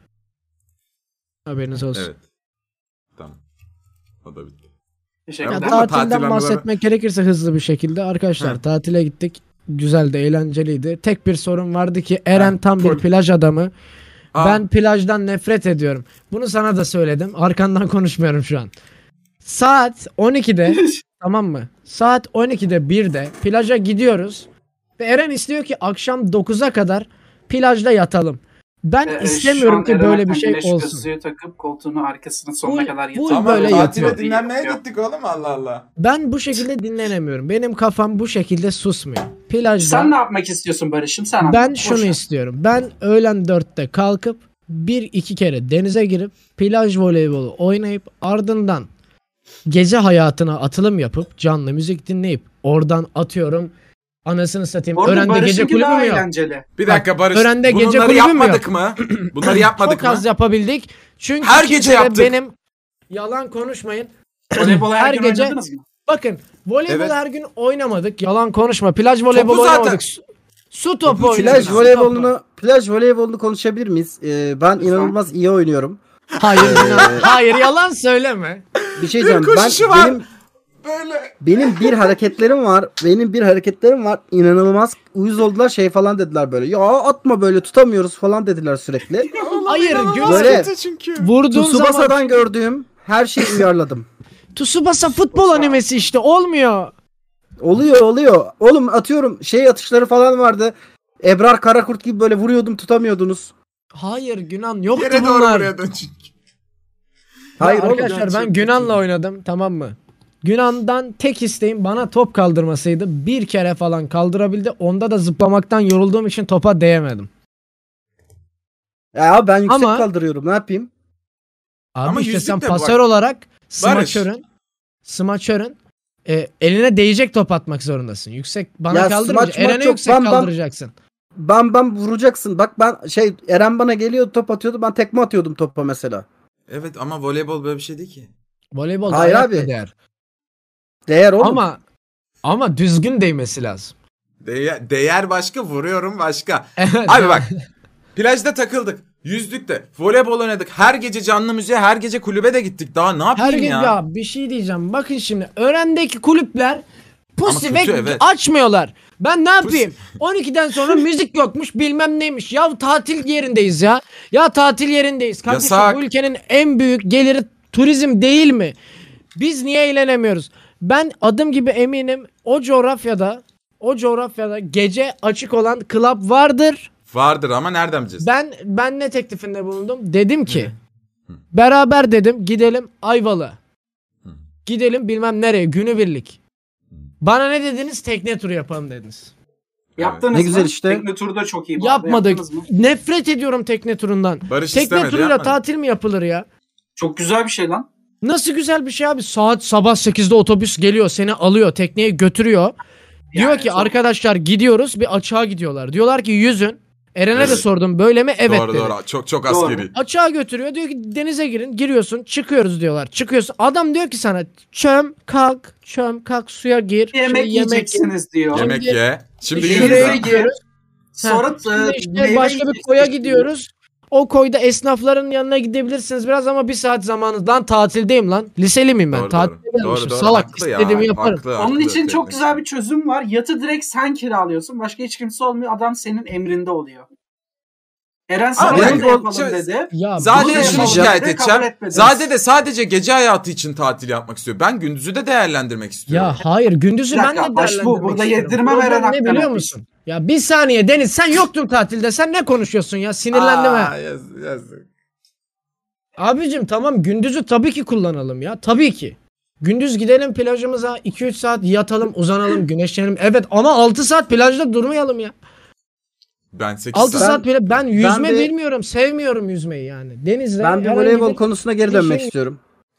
Haberiniz olsun. Evet. Tamam. O da bitti. Teşekkür Ya, Ama ederim. tatilden tatil anıları- bahsetmek gerekirse hızlı bir şekilde. Arkadaşlar Heh. tatile gittik. Güzeldi, eğlenceliydi. Tek bir sorun vardı ki Eren Heh, tam bir full. plaj adamı. Aa. Ben plajdan nefret ediyorum. Bunu sana da söyledim. Arkandan konuşmuyorum şu an. Saat 12'de tamam mı? Saat 12'de 1'de plaja gidiyoruz. Ve Eren istiyor ki akşam 9'a kadar plajda yatalım. Ben Şu istemiyorum an ki Eren böyle Aktan bir şey güneş olsun. gözlüğü takıp koltuğunu arkasına sonuna Bu- kadar bu yatıyor. Ama böyle tatile yatıyor. dinlenmeye gittik oğlum, Allah Allah. Ben bu şekilde dinlenemiyorum. Benim kafam bu şekilde susmuyor. Plajda Sen ne yapmak istiyorsun Barış'ım? Sen ben anlat. şunu Boş ver. istiyorum. Ben öğlen 4'te kalkıp 1-2 kere denize girip plaj voleybolu oynayıp ardından gece hayatına atılım yapıp canlı müzik dinleyip oradan atıyorum anasını satayım. Orada Öğrende gece Barış'ınki kulübü daha mü yok? eğlenceli. Bir dakika Barış. Öğrende gece bunları kulübü mü yapmadık mı? Bunları yapmadık Çok mı? az yapabildik. Çünkü Her gece kimse de yaptık. benim yalan konuşmayın. Voleybolu her Her gün gece- oynadınız mı? Bakın voleybol Evet. her gün oynamadık. Yalan konuşma. Plaj voleybolu zaten- oynamadık. Su topu Topu oynadık. Plaj Su topu. voleybolunu konuşabilir miyiz? Ben inanılmaz iyi oynuyorum. Hayır, hayır yalan söyleme. Bir şey diyeceğim. koşuşu var. Böyle. Benim bir hareketlerim var. İnanılmaz uyuz oldular, şey falan dediler böyle. Ya atma böyle, tutamıyoruz falan dediler sürekli. Hayır, Böyle çünkü. Vurduğun zaman Tsubasa'dan gördüğüm her şeyi uyarladım. Tsubasa futbol animesi işte olmuyor. Oluyor. Oğlum atıyorum, şey atışları falan vardı. Ebrar Karakurt gibi böyle vuruyordum, tutamıyordunuz. Hayır Günan yoktu Yere doğru bunlar. buraya dön çünkü. Hayır Ya oğlum. arkadaşlar ben Günan'la oynadım, tamam mı? Günan'dan tek isteğim bana top kaldırmasıydı. Bir kere falan kaldırabildi. Onda da zıplamaktan yorulduğum için topa değemedim. Ya ben yüksek Ama- kaldırıyorum, ne yapayım? Abi Ama işte yüzlük sen de pasör bak- olarak Barış. smaçörün eline değecek top atmak zorundasın. Yüksek bana Ya kaldırmayacaksın. smaç Eren'e yok, yüksek bam bam. kaldıracaksın. Bam vuracaksın. Bak ben Eren bana geliyordu, top atıyordu, ben tekme atıyordum topa mesela. Evet ama voleybol böyle bir şey değil ki. Voleybol Hayır dayak abi. da değer. Değer oğlum. Ama düzgün değmesi lazım. Değer başka, vuruyorum başka. Evet. Abi bak. Plajda takıldık. Yüzdük de. Voleybol oynadık. Her gece canlı müziğe, her gece kulübe de gittik. Daha ne Her yapayım gün ya? ya bir şey diyeceğim. Bakın şimdi öğrendeki kulüpler pusi Ama ve kötü, evet. açmıyorlar. Ben ne yapayım? 12'den sonra müzik yokmuş, bilmem neymiş. Ya tatil yerindeyiz ya. Ya tatil yerindeyiz. Kardeşim Yasak. bu ülkenin en büyük geliri turizm değil mi? Biz niye eğlenemiyoruz? Ben adım gibi eminim o coğrafyada gece açık olan club vardır. Vardır ama nereden bileceğiz? Ben ne teklifinde bulundum? Dedim ki beraber dedim gidelim Ayvalı. Gidelim bilmem nereye, günübirlik. Bana ne dediniz? Tekne turu yapalım dediniz. Yaptınız Ne güzel mı? işte. Tekne turu da çok iyi. bu arada. Yapmadık. Yaptınız mı? Nefret ediyorum tekne turundan. Barış Tekne istemedi, turuyla yapmadı. tatil mi yapılır ya? Çok güzel bir şey lan. Nasıl güzel bir şey abi. Saat sabah 8'de otobüs geliyor, seni alıyor, tekneye götürüyor. Diyor Yani ki çok- arkadaşlar gidiyoruz, bir açığa gidiyorlar. Diyorlar ki yüzün. Eren'e de Evet. sordum böyle mi? Evet Doğru dedi. doğru. Çok Doğru. askeri. Açığa götürüyor, diyor ki denize girin, giriyorsun, çıkıyoruz diyorlar. Çıkıyorsun, adam diyor ki sana çöm kalk suya gir. yemek Şey, yiyeceksiniz diyor. Yemek Şimdi- ye. Şimdi Şuraya yüz lira. gidiyoruz. Sonra Şimdi işte meyve başka bir yiyeceksiniz koya diyor. gidiyoruz. O koyda esnafların yanına gidebilirsiniz biraz ama bir saat zamanınız. Lan tatildeyim lan. Liseli miyim ben? Doğru, Tatile doğru. gelmişim. Doğru, Salak haklı ya, istediğimi yaparım. haklı, Onun haklı. için çok Teknik. güzel bir çözüm var. Yatı direkt sen kiralıyorsun. Başka hiç kimse olmuyor. Adam senin emrinde oluyor. Eren sana Abi, bunu ben- da yapalım Şöyle- dedi. Ya Zade Bunu de şunu yapalım şikayet dedi, edeceğim. kabul etmediniz. Zade de sadece gece hayatı için tatil yapmak istiyor. Ben gündüzü de değerlendirmek istiyorum. Ya hayır, gündüzü Bir ben dakika, de baş bu. değerlendirmek Burada istiyorum. yedirme Problem veren ne hakkına biliyor bir- musun? Ya bir saniye Deniz, sen yoktun tatilde, sen ne konuşuyorsun ya, sinirlendim ha. Aa, yazık. Abicim tamam, gündüzü tabii ki kullanalım ya, tabii ki. Gündüz gidelim plajımıza, 2-3 saat yatalım, uzanalım, güneşlenelim. Evet ama 6 saat plajda durmayalım ya. Ben 8 6 saat. saat bile ben yüzme de- bilmiyorum, sevmiyorum yüzmeyi yani. Denizde Ben bir herhangi voleybol bir- konusuna geri bir dönmek şey- istiyorum.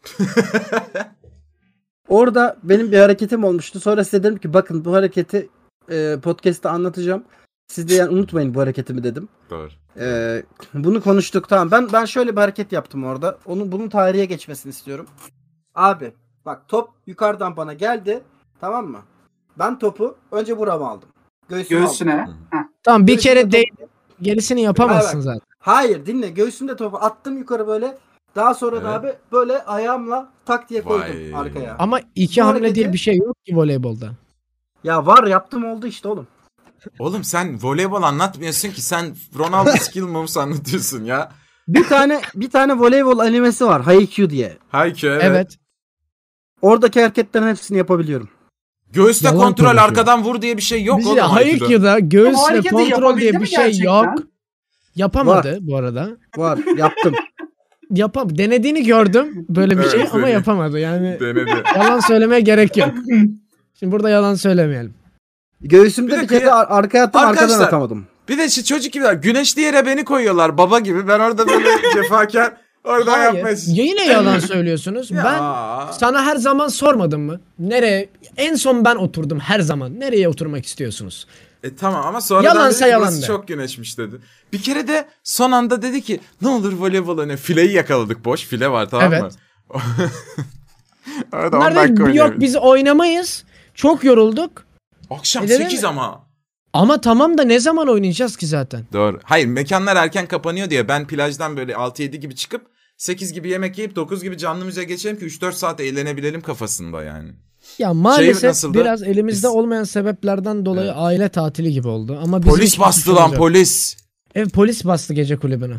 Orada benim bir hareketim olmuştu. Sonra size dedim ki bakın bu hareketi podcast'ta anlatacağım. Siz de yani unutmayın bu hareketimi dedim. Doğru. Bunu konuştuk, tamam. Ben şöyle bir hareket yaptım orada. Bunun tarihe geçmesini istiyorum. Abi bak, top yukarıdan bana geldi. Tamam mı? Ben topu önce burama aldım. Göğsüme aldım. Göğsüne. Heh. Tamam, bir Göğsüme kere top- değil, gerisini yapamazsın Evet. zaten. Hayır, dinle. Göğsümde topu attım yukarı böyle. Daha sonra da Evet. abi böyle ayağımla tak diye koydum Vay. arkaya. Ama iki Bu hamle hareketi- diye bir şey yok ki voleybolda. Ya var, yaptım, oldu işte oğlum. Oğlum sen voleybol anlatmıyorsun ki, sen Ronaldo skill moves anlatıyorsun ya. Bir tane voleybol animesi var, Haikyuu diye. Hayki evet. Evet. Oradaki hareketlerin hepsini yapabiliyorum. Göğüste Yalan kontrol konuşuyor. arkadan vur diye bir şey yok Biz oğlum. ya Haikyuu'da. Haikyuu'da Bu göğüsle hareketi kontrol yapabildi diye mi bir şey gerçekten? yok. Yapamadı bu arada. Var, yaptım. Denediğini gördüm böyle bir Evet, şey ama denedi. yapamadı. Yani Denedi. yalan söylemeye gerek yok. Şimdi burada yalan söylemeyelim. Göğsümde Bir de bir kere arkaya attım, arkadan Arkadaşlar, atamadım. Bir de çocuk gibi güneşli yere beni koyuyorlar baba gibi. Ben orada böyle cefakar oradan Hayır. yapmaya Yine yalan söylüyorsunuz. Ya. Ben sana her zaman sormadım mı? Nereye? En son ben oturdum her zaman. Nereye oturmak istiyorsunuz? Tamam ama sonradan Yalansa dedi ki, yalan burası de. çok güneşmiş dedi. Bir kere de son anda dedi ki ne olur voleybol hani fileyi yakaladık, boş file var, tamam mı? Evet. Orada 10 Nerede? dakika Yok oynuyoruz. biz oynamayız. Çok yorulduk. Akşam dedim 8 ama. Ama tamam da ne zaman oynayacağız ki zaten? Doğru. Hayır, mekanlar erken kapanıyor diye ben plajdan böyle 6-7 gibi çıkıp 8 gibi yemek yiyip 9 gibi canlı müziğe geçelim ki 3-4 saat eğlenebilelim kafasında yani. Ya maalesef nasıldı? biraz elimizde Biz- olmayan sebeplerden dolayı Evet. aile tatili gibi oldu. Ama bizim Polis hiçbir bastı suçumuz lan, yok. polis. Evet, polis bastı gece kulübünü.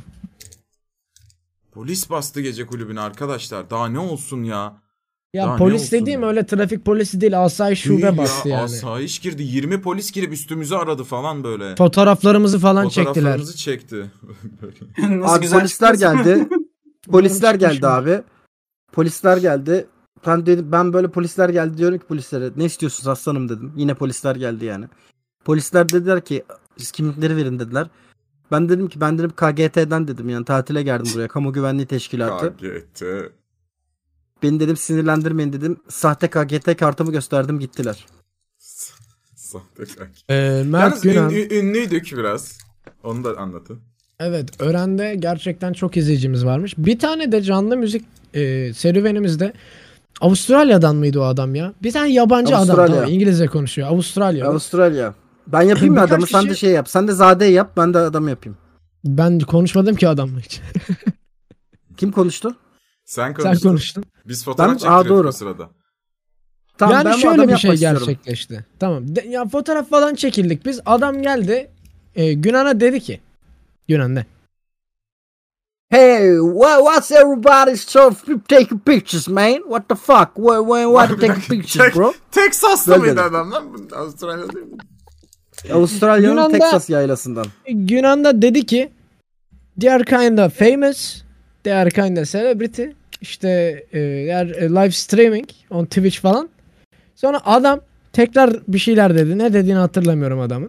Polis bastı gece kulübüne arkadaşlar. Daha ne olsun ya? Ya Daha ne polis olsun dediğim ya? öyle trafik polisi değil, asayiş şube Değil bastı ya, yani. asayiş girdi. 20 polis girip üstümüzü aradı falan böyle. Fotoğraflarımızı falan çektiler. Fotoğraflarımızı çekti. Nasıl Abi güzel polisler çıktı. geldi. Polisler çıkmış geldi mı? abi. Polisler geldi. Ben böyle polisler geldi diyorum ki polislere, ne istiyorsunuz aslanım dedim. Yine polisler geldi yani. Polisler dediler ki siz kimlikleri verin dediler. Ben dedim ki ben dedim KGT'den dedim, yani tatile geldim buraya, kamu güvenliği teşkilatı. KGT. Beni dedim sinirlendirmeyin dedim. Sahte KGT kartımı gösterdim, gittiler. Sahte kanki. Mert Yalnız Günan. ünlüydük biraz. Onu da anlatın. Evet, Ören'de gerçekten çok izleyicimiz varmış. Bir tane de canlı müzik serüvenimizde Avustralya'dan mıydı o adam ya? Bir tane yabancı adam, Avustralya. tamam, İngilizce konuşuyor. Avustralya. Avustralya. Ben yapayım mı Birkaç adamı? Sen de kişi- şey yap. Sen de Zade'yi yap. Ben de adam yapayım. Ben konuşmadım ki adamla hiç. Kim konuştu? Sen Sen konuştun. konuştun. Biz fotoğraf Ben- çektiriyorduk doğru. o sırada. Tamam, Yani ben bu şöyle adamı bir şey yapmak istiyorum. gerçekleşti. Tamam. Ya fotoğraf falan çekildik biz. Adam geldi. Günan'a dedi ki. Günan ne? Hey, what's everybody's so taking pictures, man? What the fuck? Why you taking pictures, bro? Texas'ta Böyle mıydı dedi. adam lan? Avustralya değil mi? Avustralya'nın Yunan'da- Texas yaylasından. Günan da dedi ki they are kinda famous. They are kinda celebrity. İşte they are live streaming on Twitch falan. Sonra adam tekrar bir şeyler dedi. Ne dediğini hatırlamıyorum adamın.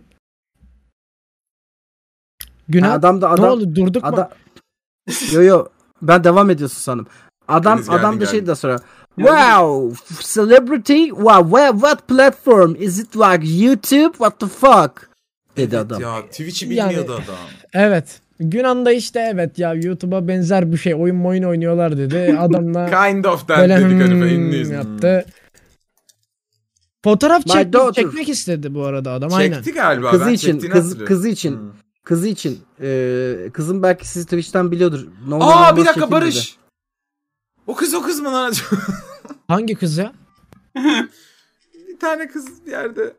Günan Ha, adam da ne adam oldu, durduk mu? Yo ben devam ediyorsun sanırım. Adam Deniz geldin, da şey geldin. de sonra. Wow, celebrity. Wow, what platform? Is it like YouTube? What the fuck? Dedi adam. Ya Twitch'i Yani- bilmiyordu adam. Evet. Günan'da işte evet ya YouTube'a benzer bir şey oyun oynuyorlar dedi. Adamla Kind of that böyle dedik herife ünlüyüz. yaptı. Fotoğraf My daughter. çekmek istedi bu arada adam aynen. Çekti galiba. Kızı ben için, çektiğini kızı hatırlıyorum. için, Hmm. kızı için. Kızım belki sizi Twitch'ten biliyordur. Aa bir dakika Barış. O kız mı lan? Hangi kız ya? Bir tane kız bir yerde.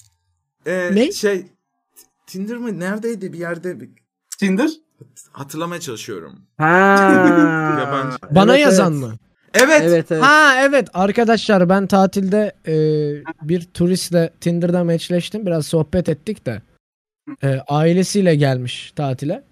Ne? Tinder mı? Neredeydi bir yerde? Tinder. Hatırlamaya çalışıyorum. Ha. Yabancı. Bana Evet, yazan evet. mı? Evet. Evet. Ha evet arkadaşlar ben tatilde bir turistle Tinder'da matchleştim. Biraz sohbet ettik de. Ailesiyle gelmiş tatile.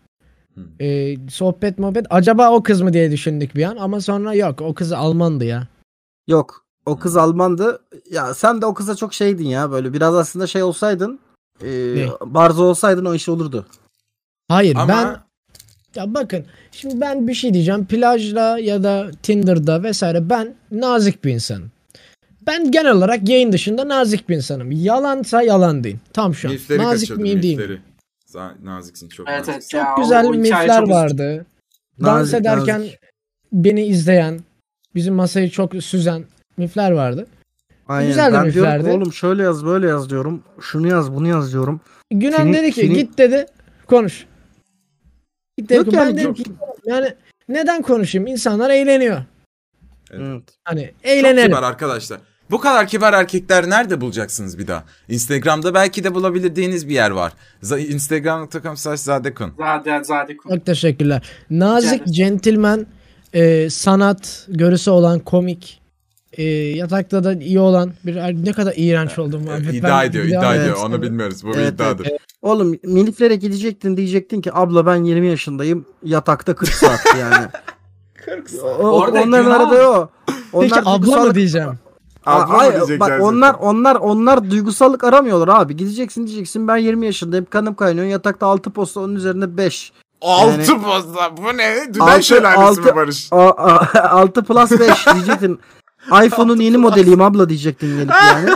Sohbet muhabbet. Acaba o kız mı diye düşündük bir an ama sonra yok o kız Almandı ya. Yok. O kız Almandı. Ya sen de o kıza çok şeydin ya böyle. Biraz aslında şey olsaydın. Barzo olsaydın o iş olurdu. Hayır Ama- ben ya bakın şimdi ben bir şey diyeceğim plajda ya da Tinder'da vesaire ben nazik bir insanım. Ben genel olarak yayın dışında nazik bir insanım. Yalansa yalan deyin. Tam şu an. Milfleri Nazik kaçırdım, miyim değil mi? milfleri. Naziksin çok Evet, naziksin. evet. Çok Ya, güzel o hikaye mifler çok vardı. Dans Nazik, ederken nazik. beni izleyen, bizim masayı çok süzen mifler vardı. Aynen. Güzel de Ben diyorum ki miflerdi. oğlum şöyle yaz böyle yaz diyorum. Şunu yaz bunu yaz diyorum. Günan Senin- dedi ki senin- git dedi konuş. Git dedi Yok ki, yani, ben dedim yok. ki yani neden konuşayım? İnsanlar eğleniyor. Evet. Hani Çok eğlenelim. kibar arkadaşlar. Bu kadar kibar erkekler nerede bulacaksınız bir daha? Instagram'da belki de bulabildiğiniz bir yer var. Instagram.com/zadekun. Zadekun. Çok teşekkürler. Nazik, ederim. centilmen, sanat, görüsü olan, komik, yatakta da iyi olan bir ne kadar iğrenç oldum. İddia ediyor. Evet. Onu bilmiyoruz. Bu bir Evet, iddiadır. Oğlum miliflere gidecektin diyecektin ki abla ben 20 yaşındayım yatakta 40 saat yani. 40 Orada Onların günah. arada o. Peki abla mı duygusallık- diyeceğim? Abla mı Hayır, diyecekler bak zaten? onlar duygusallık aramıyorlar abi. Diyeceksin ben 20 yaşındayım kanım kaynıyor yatakta 6 posta onun üzerinde 5. 6 posta. Bu ne? Dümen Altı- şelalesi mi altı- Barış? 6 plus 5 diyecektin. iPhone'un yeni modeliyim abla diyecektin gelip yani.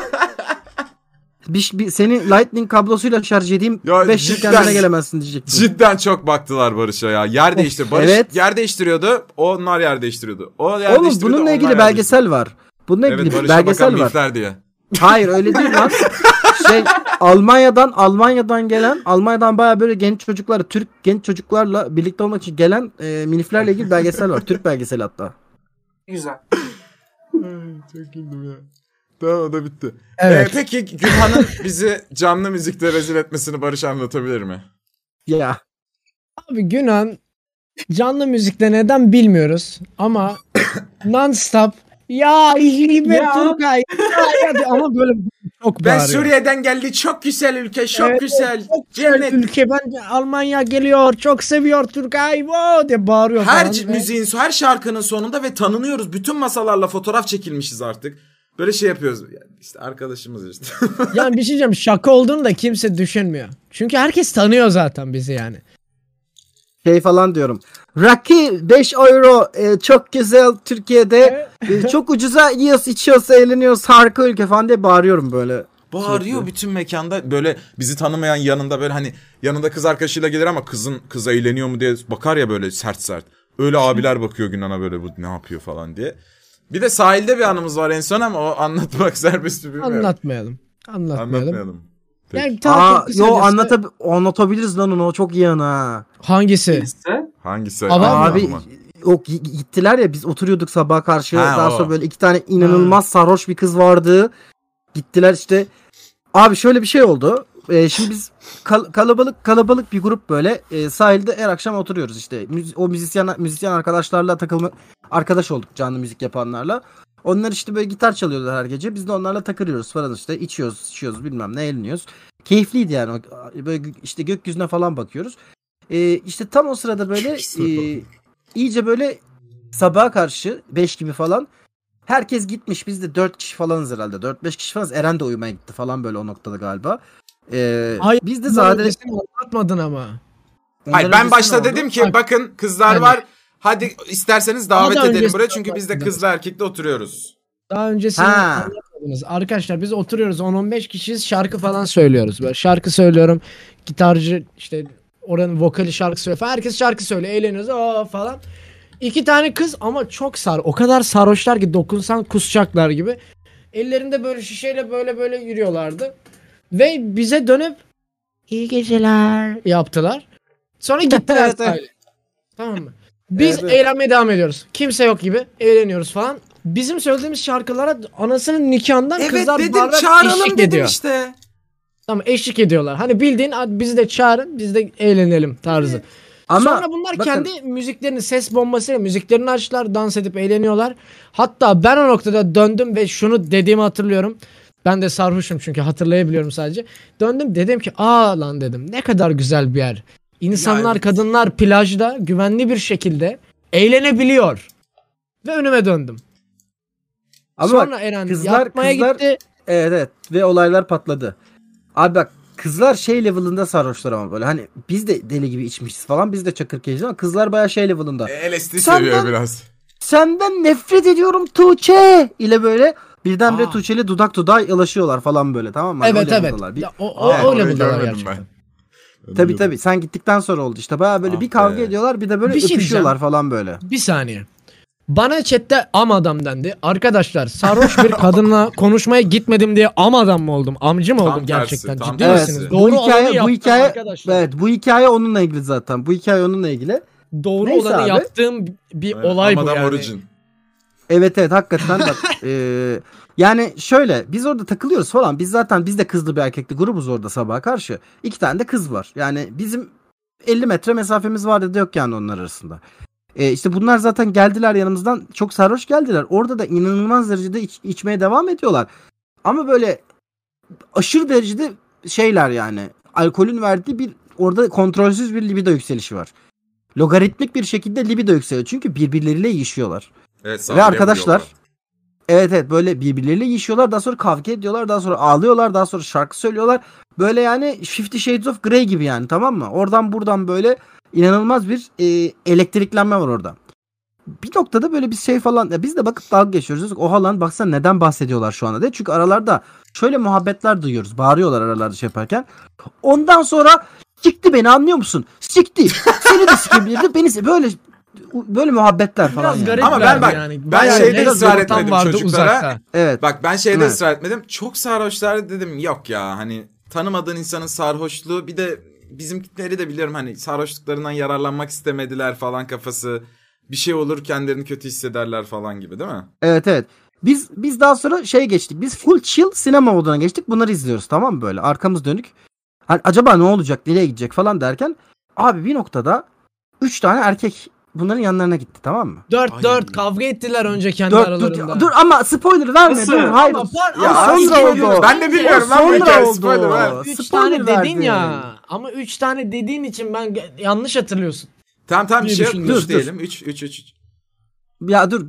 Senin Lightning kablosuyla şarj edeyim Ya 5 yıl cidden- kendine gelemezsin diyecektin. Cidden çok baktılar Barış'a ya. Yer değişti. Barış evet. yer değiştiriyordu. Onlar yer değiştiriyordu. O yer Oğlum değiştiriyordu, bununla onlar ilgili yer belgesel var. Bununla değiştiriyordu. ilgili Evet bir Barış'a belgesel bakan var. milfler diye. Hayır öyle değil lan. Almanya'dan gelen Almanya'dan baya böyle Türk genç çocuklarla birlikte olmak için gelen miliflerle ilgili belgesel var. Türk belgeseli hatta. Güzel. Çok güldüm ya. Tamam o da bitti. Evet. Peki Gülhan'ın bizi canlı müzikte rezil etmesini Barış anlatabilir mi? Ya Abi Günan canlı müzikte neden bilmiyoruz ama non-stop ya İhlibe Ya. Turkay ya, ama böyle çok Ben bağırıyor. Suriye'den geldi. Çok güzel ülke. Çok Evet, güzel. Çok güzel Cennet. ülke ben Almanya geliyor çok seviyor Türkiye wow diye bağırıyor Her falan. müziğin, her şarkının sonunda ve tanınıyoruz. Bütün masalarla fotoğraf çekilmişiz artık. Böyle şey yapıyoruz. Yani işte arkadaşımız işte. Yani bir şey diyeceğim şaka olduğunu da kimse düşünmüyor. Çünkü herkes tanıyor zaten bizi yani. şey falan diyorum. Rocky 5 euro çok güzel Türkiye'de çok ucuza yiyoruz içiyoruz eğleniyoruz harika ülke falan diye bağırıyorum böyle. Bağırıyor Sürekli. bütün mekanda. Böyle bizi tanımayan yanında böyle hani yanında kız arkadaşıyla gelir ama kız eğleniyor mu diye bakar ya böyle sert sert. Öyle abiler bakıyor Günan'a böyle bu ne yapıyor falan diye. Bir de sahilde bir anımız var en son ama o anlatmak serbest mi bilmiyorum. Anlatmayalım. Peki. Yani tatil Yo kısacası- anlatabiliriz lan onu o çok iyi ha. Hangisi? Birisi. Hangisi? Abi- Abi gittiler ya biz oturuyorduk sabaha karşı Ha, daha o. sonra böyle 2 tane inanılmaz sarhoş bir kız vardı. Gittiler işte. Abi şöyle bir şey oldu. Şimdi biz kalabalık bir grup böyle sahilde her akşam oturuyoruz işte. O müzisyen arkadaşlarla arkadaş olduk canlı müzik yapanlarla. Onlar işte böyle gitar çalıyorlar her gece. Biz de onlarla takılıyoruz falan işte. İçiyoruz bilmem ne eğleniyoruz. Keyifliydi yani. Böyle işte gökyüzüne falan bakıyoruz. İşte tam o sırada böyle iyice böyle sabaha karşı 5 gibi falan herkes gitmiş. Biz de 4 kişi falanız herhalde. 4-5 kişi falanız. Eren de uyumaya gitti falan böyle o noktada galiba. Hayır, Biz de Bunların zaten öncesini anlatmadın ama. Hayır ben başta oldu. dedim ki Bak, bakın kızlar aynen. var. Hadi isterseniz davet Daha da edelim öncesi- buraya çünkü biz de kızla erkekle oturuyoruz. Daha öncesini Ha. anlatmadınız. Arkadaşlar biz oturuyoruz 10-15 kişiyiz, şarkı falan söylüyoruz. Böyle şarkı söylüyorum. Gitarcı işte oranın vokali şarkı söylüyor falan. Herkes şarkı söylüyor. Eğleniyoruz falan. 2 tane kız ama çok o kadar sarhoşlar ki dokunsan kusacaklar gibi. Ellerinde böyle şişeyle böyle yürüyorlardı. Ve bize dönüp iyi geceler yaptılar. Sonra gittiler Evet, evet. sahile. Tamam mı? Biz Evet, evet. eğlenmeye devam ediyoruz. Kimse yok gibi eğleniyoruz falan. Bizim söylediğimiz şarkılara anasının nikahından kızlar bağırarak eşlik ediyor. işte. Tamam, eşlik ediyorlar. Hani bildiğin bizi de çağırın, biz de eğlenelim tarzı. Ama Sonra bunlar bakın, kendi müziklerini, ses bombasıyla müziklerini açtılar, dans edip eğleniyorlar. Hatta ben o noktada döndüm ve şunu dediğimi hatırlıyorum. Ben de sarhoşum çünkü hatırlayabiliyorum sadece. Döndüm dedim ki lan dedim, ne kadar güzel bir yer. İnsanlar, Yani- kadınlar plajda güvenli bir şekilde eğlenebiliyor. Ve önüme döndüm. ama Sonra bak, Eren kızlar- yatmaya kızlar- gitti. evet ve olaylar patladı. Abi bak, kızlar şey level'ında sarhoşlar ama böyle hani biz de deli gibi içmişiz falan, biz de çakır keyifli ama kızlar bayağı şey level'ında. LSD Senden- seviyor biraz. Senden nefret ediyorum Tuğçe ile böyle birdenbire Aa. Tuğçe ile dudak dudağa yalaşıyorlar falan böyle, tamam mı? Hani Evet o evet. level'dalar. Ya, o Evet, orayı level'dalar görmedim gerçekten. Tabii sen gittikten sonra oldu işte, bayağı böyle Ah bir kavga be. ediyorlar, bir de böyle Bir şey öpüşüyorlar diyeceğim. falan böyle. Bir saniye. Bana chatte adam dendi. Arkadaşlar sarhoş bir kadınla konuşmaya gitmedim diye adam mı oldum? Amcı mı Tam oldum tersi, gerçekten? tam Ciddi tersi. misiniz? Evet, Doğru bu olanı hikaye yaptım arkadaşlar. evet, bu hikaye onunla ilgili zaten. Bu hikaye onunla ilgili. Doğru Neyse olanı abi. yaptığım bir olay bu Amadan yani. Origin. Evet hakikaten bak yani şöyle, biz orada takılıyoruz falan, biz de kızlı bir erkekli grubuz orada sabaha karşı. 2 tane de kız var. Yani bizim 50 metre mesafemiz vardı da yok yani onlar arasında. İşte bunlar zaten geldiler yanımızdan, çok sarhoş geldiler. Orada da inanılmaz derecede içmeye devam ediyorlar. Ama böyle aşırı derecede şeyler yani. Alkolün verdiği bir orada kontrolsüz bir libido yükselişi var. Logaritmik bir şekilde libido yükseliyor. Çünkü birbirleriyle yiyişiyorlar. Evet, Ve sahile arkadaşlar vuruyorlar. evet böyle birbirleriyle yiyişiyorlar. Daha sonra kavga ediyorlar. Daha sonra ağlıyorlar. Daha sonra şarkı söylüyorlar. Böyle yani 50 Shades of Grey gibi yani, tamam mı? Oradan buradan böyle inanılmaz bir elektriklenme var orada. Bir noktada böyle bir şey falan. Ya biz de bakıp dalga geçiyoruz. Diyoruz, oha lan baksana neden bahsediyorlar şu anda diye. Çünkü aralarda şöyle muhabbetler duyuyoruz. Bağırıyorlar aralarda şey yaparken. Ondan sonra sikti beni, anlıyor musun? Sikti. Seni de sikebilirdi. Beni böyle muhabbetler falan. Biraz yani. garip Ama ben verdi bak, yani. ben Bayağı şeyde net ısrar bir ortam etmedim vardı çocuklara. uzakta. Evet. Bak ben şeyde Evet. ısrar etmedim. Çok sarhoşlar dedim, yok ya hani tanımadığın insanın sarhoşluğu, bir de bizimkileri de biliyorum hani sarhoşluklarından yararlanmak istemediler falan kafası. Bir şey olur kendilerini kötü hissederler falan gibi, değil mi? Evet. Biz daha sonra şey geçtik. Biz full chill sinema moduna geçtik. Bunları izliyoruz, tamam mı, böyle arkamız dönük. Hani acaba ne olacak, nereye gidecek falan derken abi bir noktada 3 tane erkek bunların yanlarına gitti, tamam mı? 4 kavga ettiler önce kendi Dur aralarında. dur ama spoiler verme. Nasıl? Dur hayır. Ama Ya ama sonra spoiler- oldu. Ben de bilmiyorum lan bu Sonra hikaye, oldu. spoiler ver. 3 Spoiler tane dedin verdi. ya. Ama 3 tane dediğin için ben yanlış hatırlıyorsun. Tamam bir diye şey düşündüm. yok. Dur, 3 diyelim. 3. Ya dur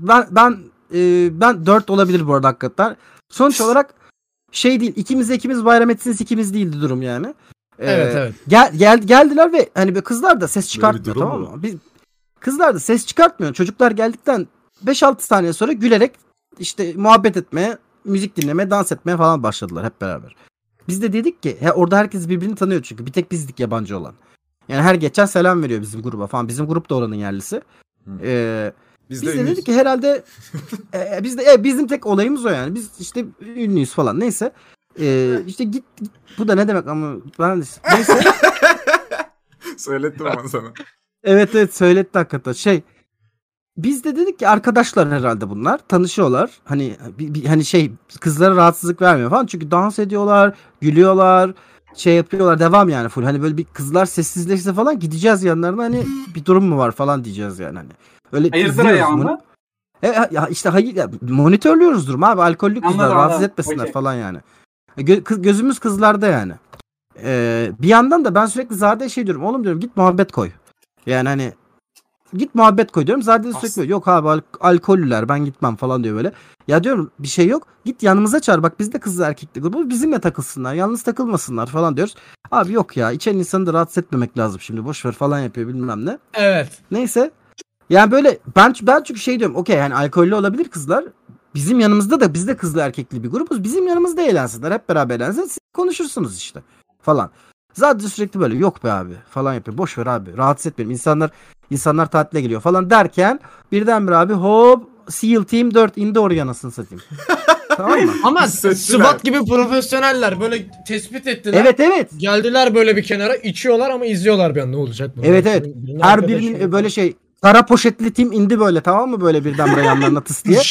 ben 4 olabilir bu arada hakikaten. Sonuç olarak şey değil, ikimiz bayram etsiniz, ikimiz değildi durum yani. Evet. Geldiler ve hani kızlar da ses çıkartmıyor, durum tamam mu? mı? Kızlar da ses çıkartmıyor. Çocuklar geldikten 5-6 saniye sonra gülerek işte muhabbet etmeye, müzik dinlemeye, dans etmeye falan başladılar hep beraber. Biz de dedik ki orada herkes birbirini tanıyor çünkü bir tek bizdik yabancı olan. Yani her geçen selam veriyor bizim gruba falan. Bizim grup da oranın yerlisi. Biz de ünlüyüz. dedik ki herhalde bizim tek olayımız o yani. Biz işte ünlüyüz falan. Neyse. İşte git. Bu da ne demek ama ben neyse. Söylettim ama sana. Evet söyletti hakikaten. Biz de dedik ki arkadaşlar herhalde bunlar. Tanışıyorlar. Hani hani kızlara rahatsızlık vermiyor falan. Çünkü dans ediyorlar, gülüyorlar, şey yapıyorlar, devam yani full. Hani böyle bir kızlar sessizleşse falan gideceğiz yanlarına, hani bir durum mu var falan diyeceğiz yani hani. Öyle Hayırdır izliyoruz. ayağımda? Ya işte hayır ya, monitörlüyoruz durum abi, alkollü kızlar Anladım, rahatsız anladım. etmesinler Okey. falan yani. Gözümüz kızlarda yani. Bir yandan da ben sürekli Zade'ye şey diyorum, oğlum diyorum git muhabbet koy. Yani hani git muhabbet koy diyorum. Zade de sürekli diyor, yok abi alkollüler, ben gitmem falan diyor böyle. Ya diyorum bir şey yok, git yanımıza çağır, bak biz de kızlı erkekli grubu, bizimle takılsınlar, yalnız takılmasınlar falan diyoruz. Abi yok ya, içen insanı da rahatsız etmemek lazım şimdi, boşver falan yapıyor bilmem ne. Evet. Neyse Yani böyle ben çünkü şey diyorum. Okey yani alkollü olabilir kızlar. Bizim yanımızda da biz de kızlı erkekli bir grubuz. Bizim yanımızda eğlensinler. Hep beraber eğlensinler. Siz konuşursunuz işte falan. Zaten sürekli böyle yok be abi falan yapıyor. Boş ver abi. Rahatsız etmeyelim. İnsanlar tatile geliyor falan derken birdenbire abi hop SEAL Team 4 indi oraya anasını satayım. Tamam mı? Ama Hissettiler. SWAT gibi profesyoneller böyle tespit ettiler. Evet. Geldiler böyle bir kenara içiyorlar ama izliyorlar bir an ne olacak bunlar. Evet. Birinin Her arkadaşı birinin yok. böyle şey kara poşetli tim indi böyle tamam mı böyle birdenbire yanlarına tıs diye.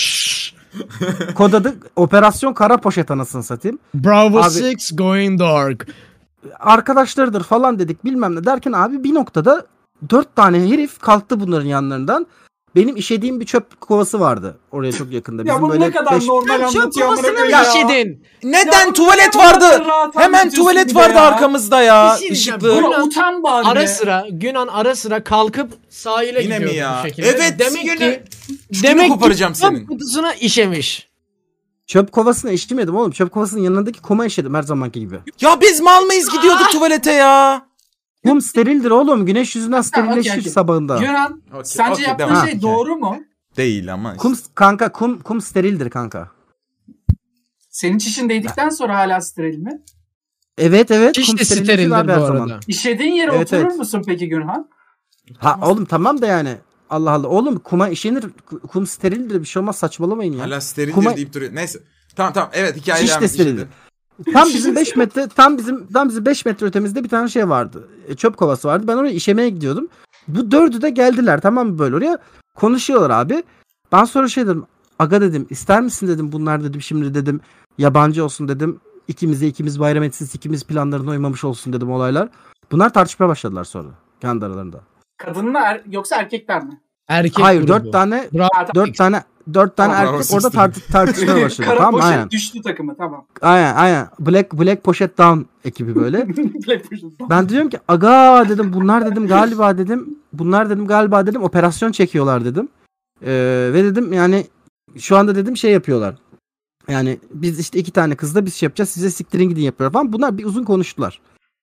Kod adı Operasyon Kara Poşet anasını satayım. Bravo Abi- 6 going dark. Arkadaşlarıdır falan dedik bilmem ne derken abi bir noktada 4 tane herif kalktı bunların yanlarından. Benim işediğim bir çöp kovası vardı oraya çok yakında. Ya bu ne kadar normal Çöp anlatıyor amına kovasına koyayım mı ya. işedin? Neden Ya tuvalet bu vardı? kadar rahat Hemen anlatıyorsun tuvalet bir de vardı ya. arkamızda ya. Bir şey diyeceğim. Işıklı. Bunu- Buna utan bari Ara be. sıra Günan ara sıra kalkıp sahile Yine mi gidiyordu ya? bu şekilde. Evet, Demek yine. ki Şunu koparacağım çöp senin. kutusuna işemiş. Çöp kovasına işlemedim oğlum. Çöp kovasının yanındaki kuma işledim her zamanki gibi. Ya biz mal mıyız gidiyorduk tuvalete ya? Kum sterildir oğlum. Güneş yüzünden sterilleşir okey. sabahında. Yunan Okey, sence okey, yaptığın devam. şey doğru mu? Değil ama işte. Kum sterildir kanka. Senin çişin değdikten sonra hala steril mi? Evet. Hiç Kum de sterilleşir sterildir abi bu her arada. zaman. İşediğin yere Evet, oturur evet. musun peki Günhan? Ha oğlum tamam da yani. Allah Allah. Oğlum kuma işenir. Kum sterildir bir şey olmaz saçmalamayın ya. Hala sterildir Kuma- deyip duruyor. Neyse. Tamam evet hikaye Hiç devam de et. sterildir. Tam bizim 5 metre tam bizim 5 metre ötemizde bir tane şey vardı. Çöp kovası vardı. Ben oraya işemeye gidiyordum. Bu dördü de geldiler tamam mı böyle oraya. Konuşuyorlar abi. Ben sonra şey dedim. Aga dedim ister misin dedim bunlar dedim şimdi dedim yabancı olsun dedim. İkimiz bayram etsin ikimiz planlarına uymamış olsun dedim olaylar. Bunlar tartışmaya başladılar sonra kendi aralarında. Kadınlar yoksa erkekler mi? Erkek Hayır grubu. 4 tane Bravo. Ha, tamam. 4 tane Bravo, erkek orada sistem. tartışmaya başladı. Kara Tamam mı? poşet Aynen. düştü takımı tamam. Aynen. Black Poşet Down ekibi böyle. Black poşet. Ben diyorum ki aga dedim bunlar dedim galiba dedim operasyon çekiyorlar dedim. Ve dedim yani şu anda dedim şey yapıyorlar. Yani biz işte 2 tane kızla biz şey yapacağız size siktirin gidin yapıyorlar falan. Bunlar bir uzun konuştular.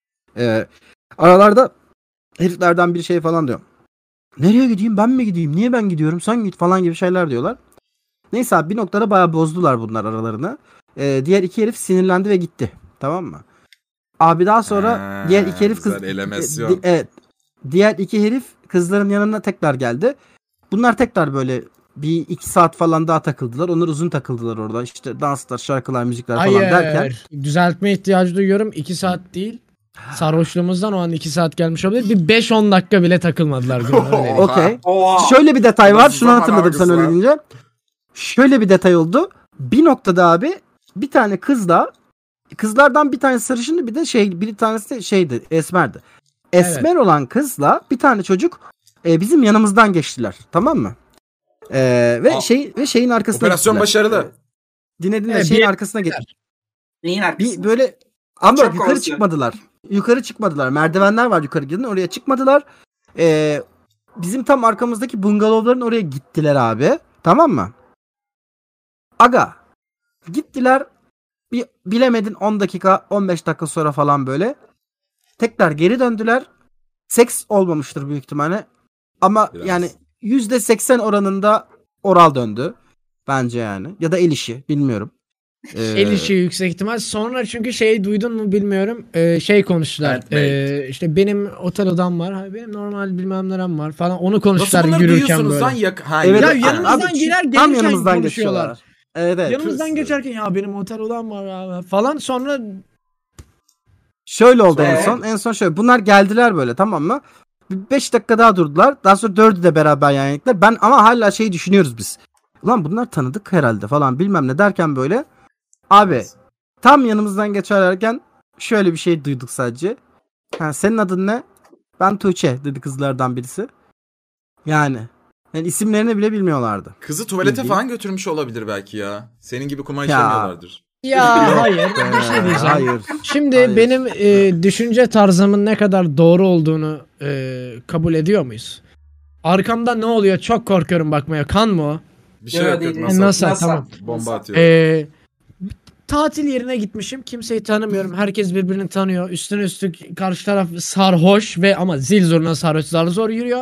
Aralarda heriflerden bir şey falan diyor. Nereye gideyim ben mi gideyim niye ben gidiyorum sen git falan gibi şeyler diyorlar. Neyse abi bir noktada bayağı bozdular bunlar aralarını. Diğer 2 herif sinirlendi ve gitti. Tamam mı? Abi daha sonra Ha, diğer 2 herif güzel, elemasyon. evet. Diğer 2 herif kızların yanına tekrar geldi. Bunlar tekrar böyle bir 2 saat falan daha takıldılar. Onlar uzun takıldılar orada. İşte danslar, şarkılar, müzikler falan derken. Hayır. Düzeltme ihtiyacı duyuyorum. 2 saat değil. Sarhoşluğumuzdan o an 2 saat gelmiş olabilir. Bir 5-10 dakika bile takılmadılar. Günan, öyle değil. Okey. Oha. Şöyle bir detay var. Nasıl Şunu zaman hatırladım sen algısı öyle var? deyince. Şöyle bir detay oldu. Bir noktada abi bir tane kızla kızlardan bir tanesi sarışındı bir tanesi de şeydi esmerdi. Esmer olan kızla bir tane çocuk bizim yanımızdan geçtiler. Tamam mı? Ve şeyin arkasına Operasyon gittiler. başarılı. Dinledin Evet, şeyin bir- arkasına gittiler. Neyin arkasında? Bir böyle ama Çöp yukarı kovası. çıkmadılar. Yukarı çıkmadılar. Merdivenler var yukarı gidin. Oraya çıkmadılar. Bizim tam arkamızdaki bungalovların oraya gittiler abi. Tamam mı? Aga. Gittiler. Bir bilemedin 10 dakika 15 dakika sonra falan böyle. Tekrar geri döndüler. Seks olmamıştır büyük ihtimalle. Ama Biraz. yani %80 oranında oral döndü. Bence yani. Ya da el işi. Bilmiyorum. El işi yüksek ihtimal. Sonra çünkü şey duydun mu bilmiyorum. Şey konuştular. Handmade. İşte benim otel odam var. Hayır, benim normal bilmem nerem var falan. Onu Nasıl konuştular bunları yürürken duyuyorsunuz böyle. lan? Evet, Ya yürü- yanımızdan abi, girer, tam gelirken yanımızdan konuşuyorlar. geçiyorlar. Evet. Yanımızdan Kız. geçerken ya benim otel odam var ya falan. Sonra Şöyle oldu en Sonra- son. En son şöyle. Bunlar geldiler böyle tamam mı? 5 dakika daha durdular. Daha sonra 4'ü de beraber yan gittiler. Ben ama hala şey düşünüyoruz biz. Ulan bunlar tanıdık herhalde falan bilmem ne derken böyle. Abi tam yanımızdan geçerlerken şöyle bir şey duyduk sadece. Ha, senin adın ne? Ben Tuğçe dedi kızlardan birisi. Yani isimlerini bile bilmiyorlardı. Kızı tuvalete Bildiğin. falan götürmüş olabilir belki ya. Senin gibi kuma Ya. işemiyorlardır. ya hayır bir şey diyeceğim. Hayır. Şimdi Hayır. benim düşünce tarzımın ne kadar doğru olduğunu kabul ediyor muyuz? Arkamda ne oluyor? Çok korkuyorum bakmaya. Kan mı o? Bir şey Ya, yok. değil, yok. değil. NASA NASA, tamam. bomba atıyor. Tatil yerine gitmişim. Kimseyi tanımıyorum. Herkes birbirini tanıyor. Üstüne üstlük karşı taraf sarhoş ve ama zil zurna sarhoş zar zor yürüyor.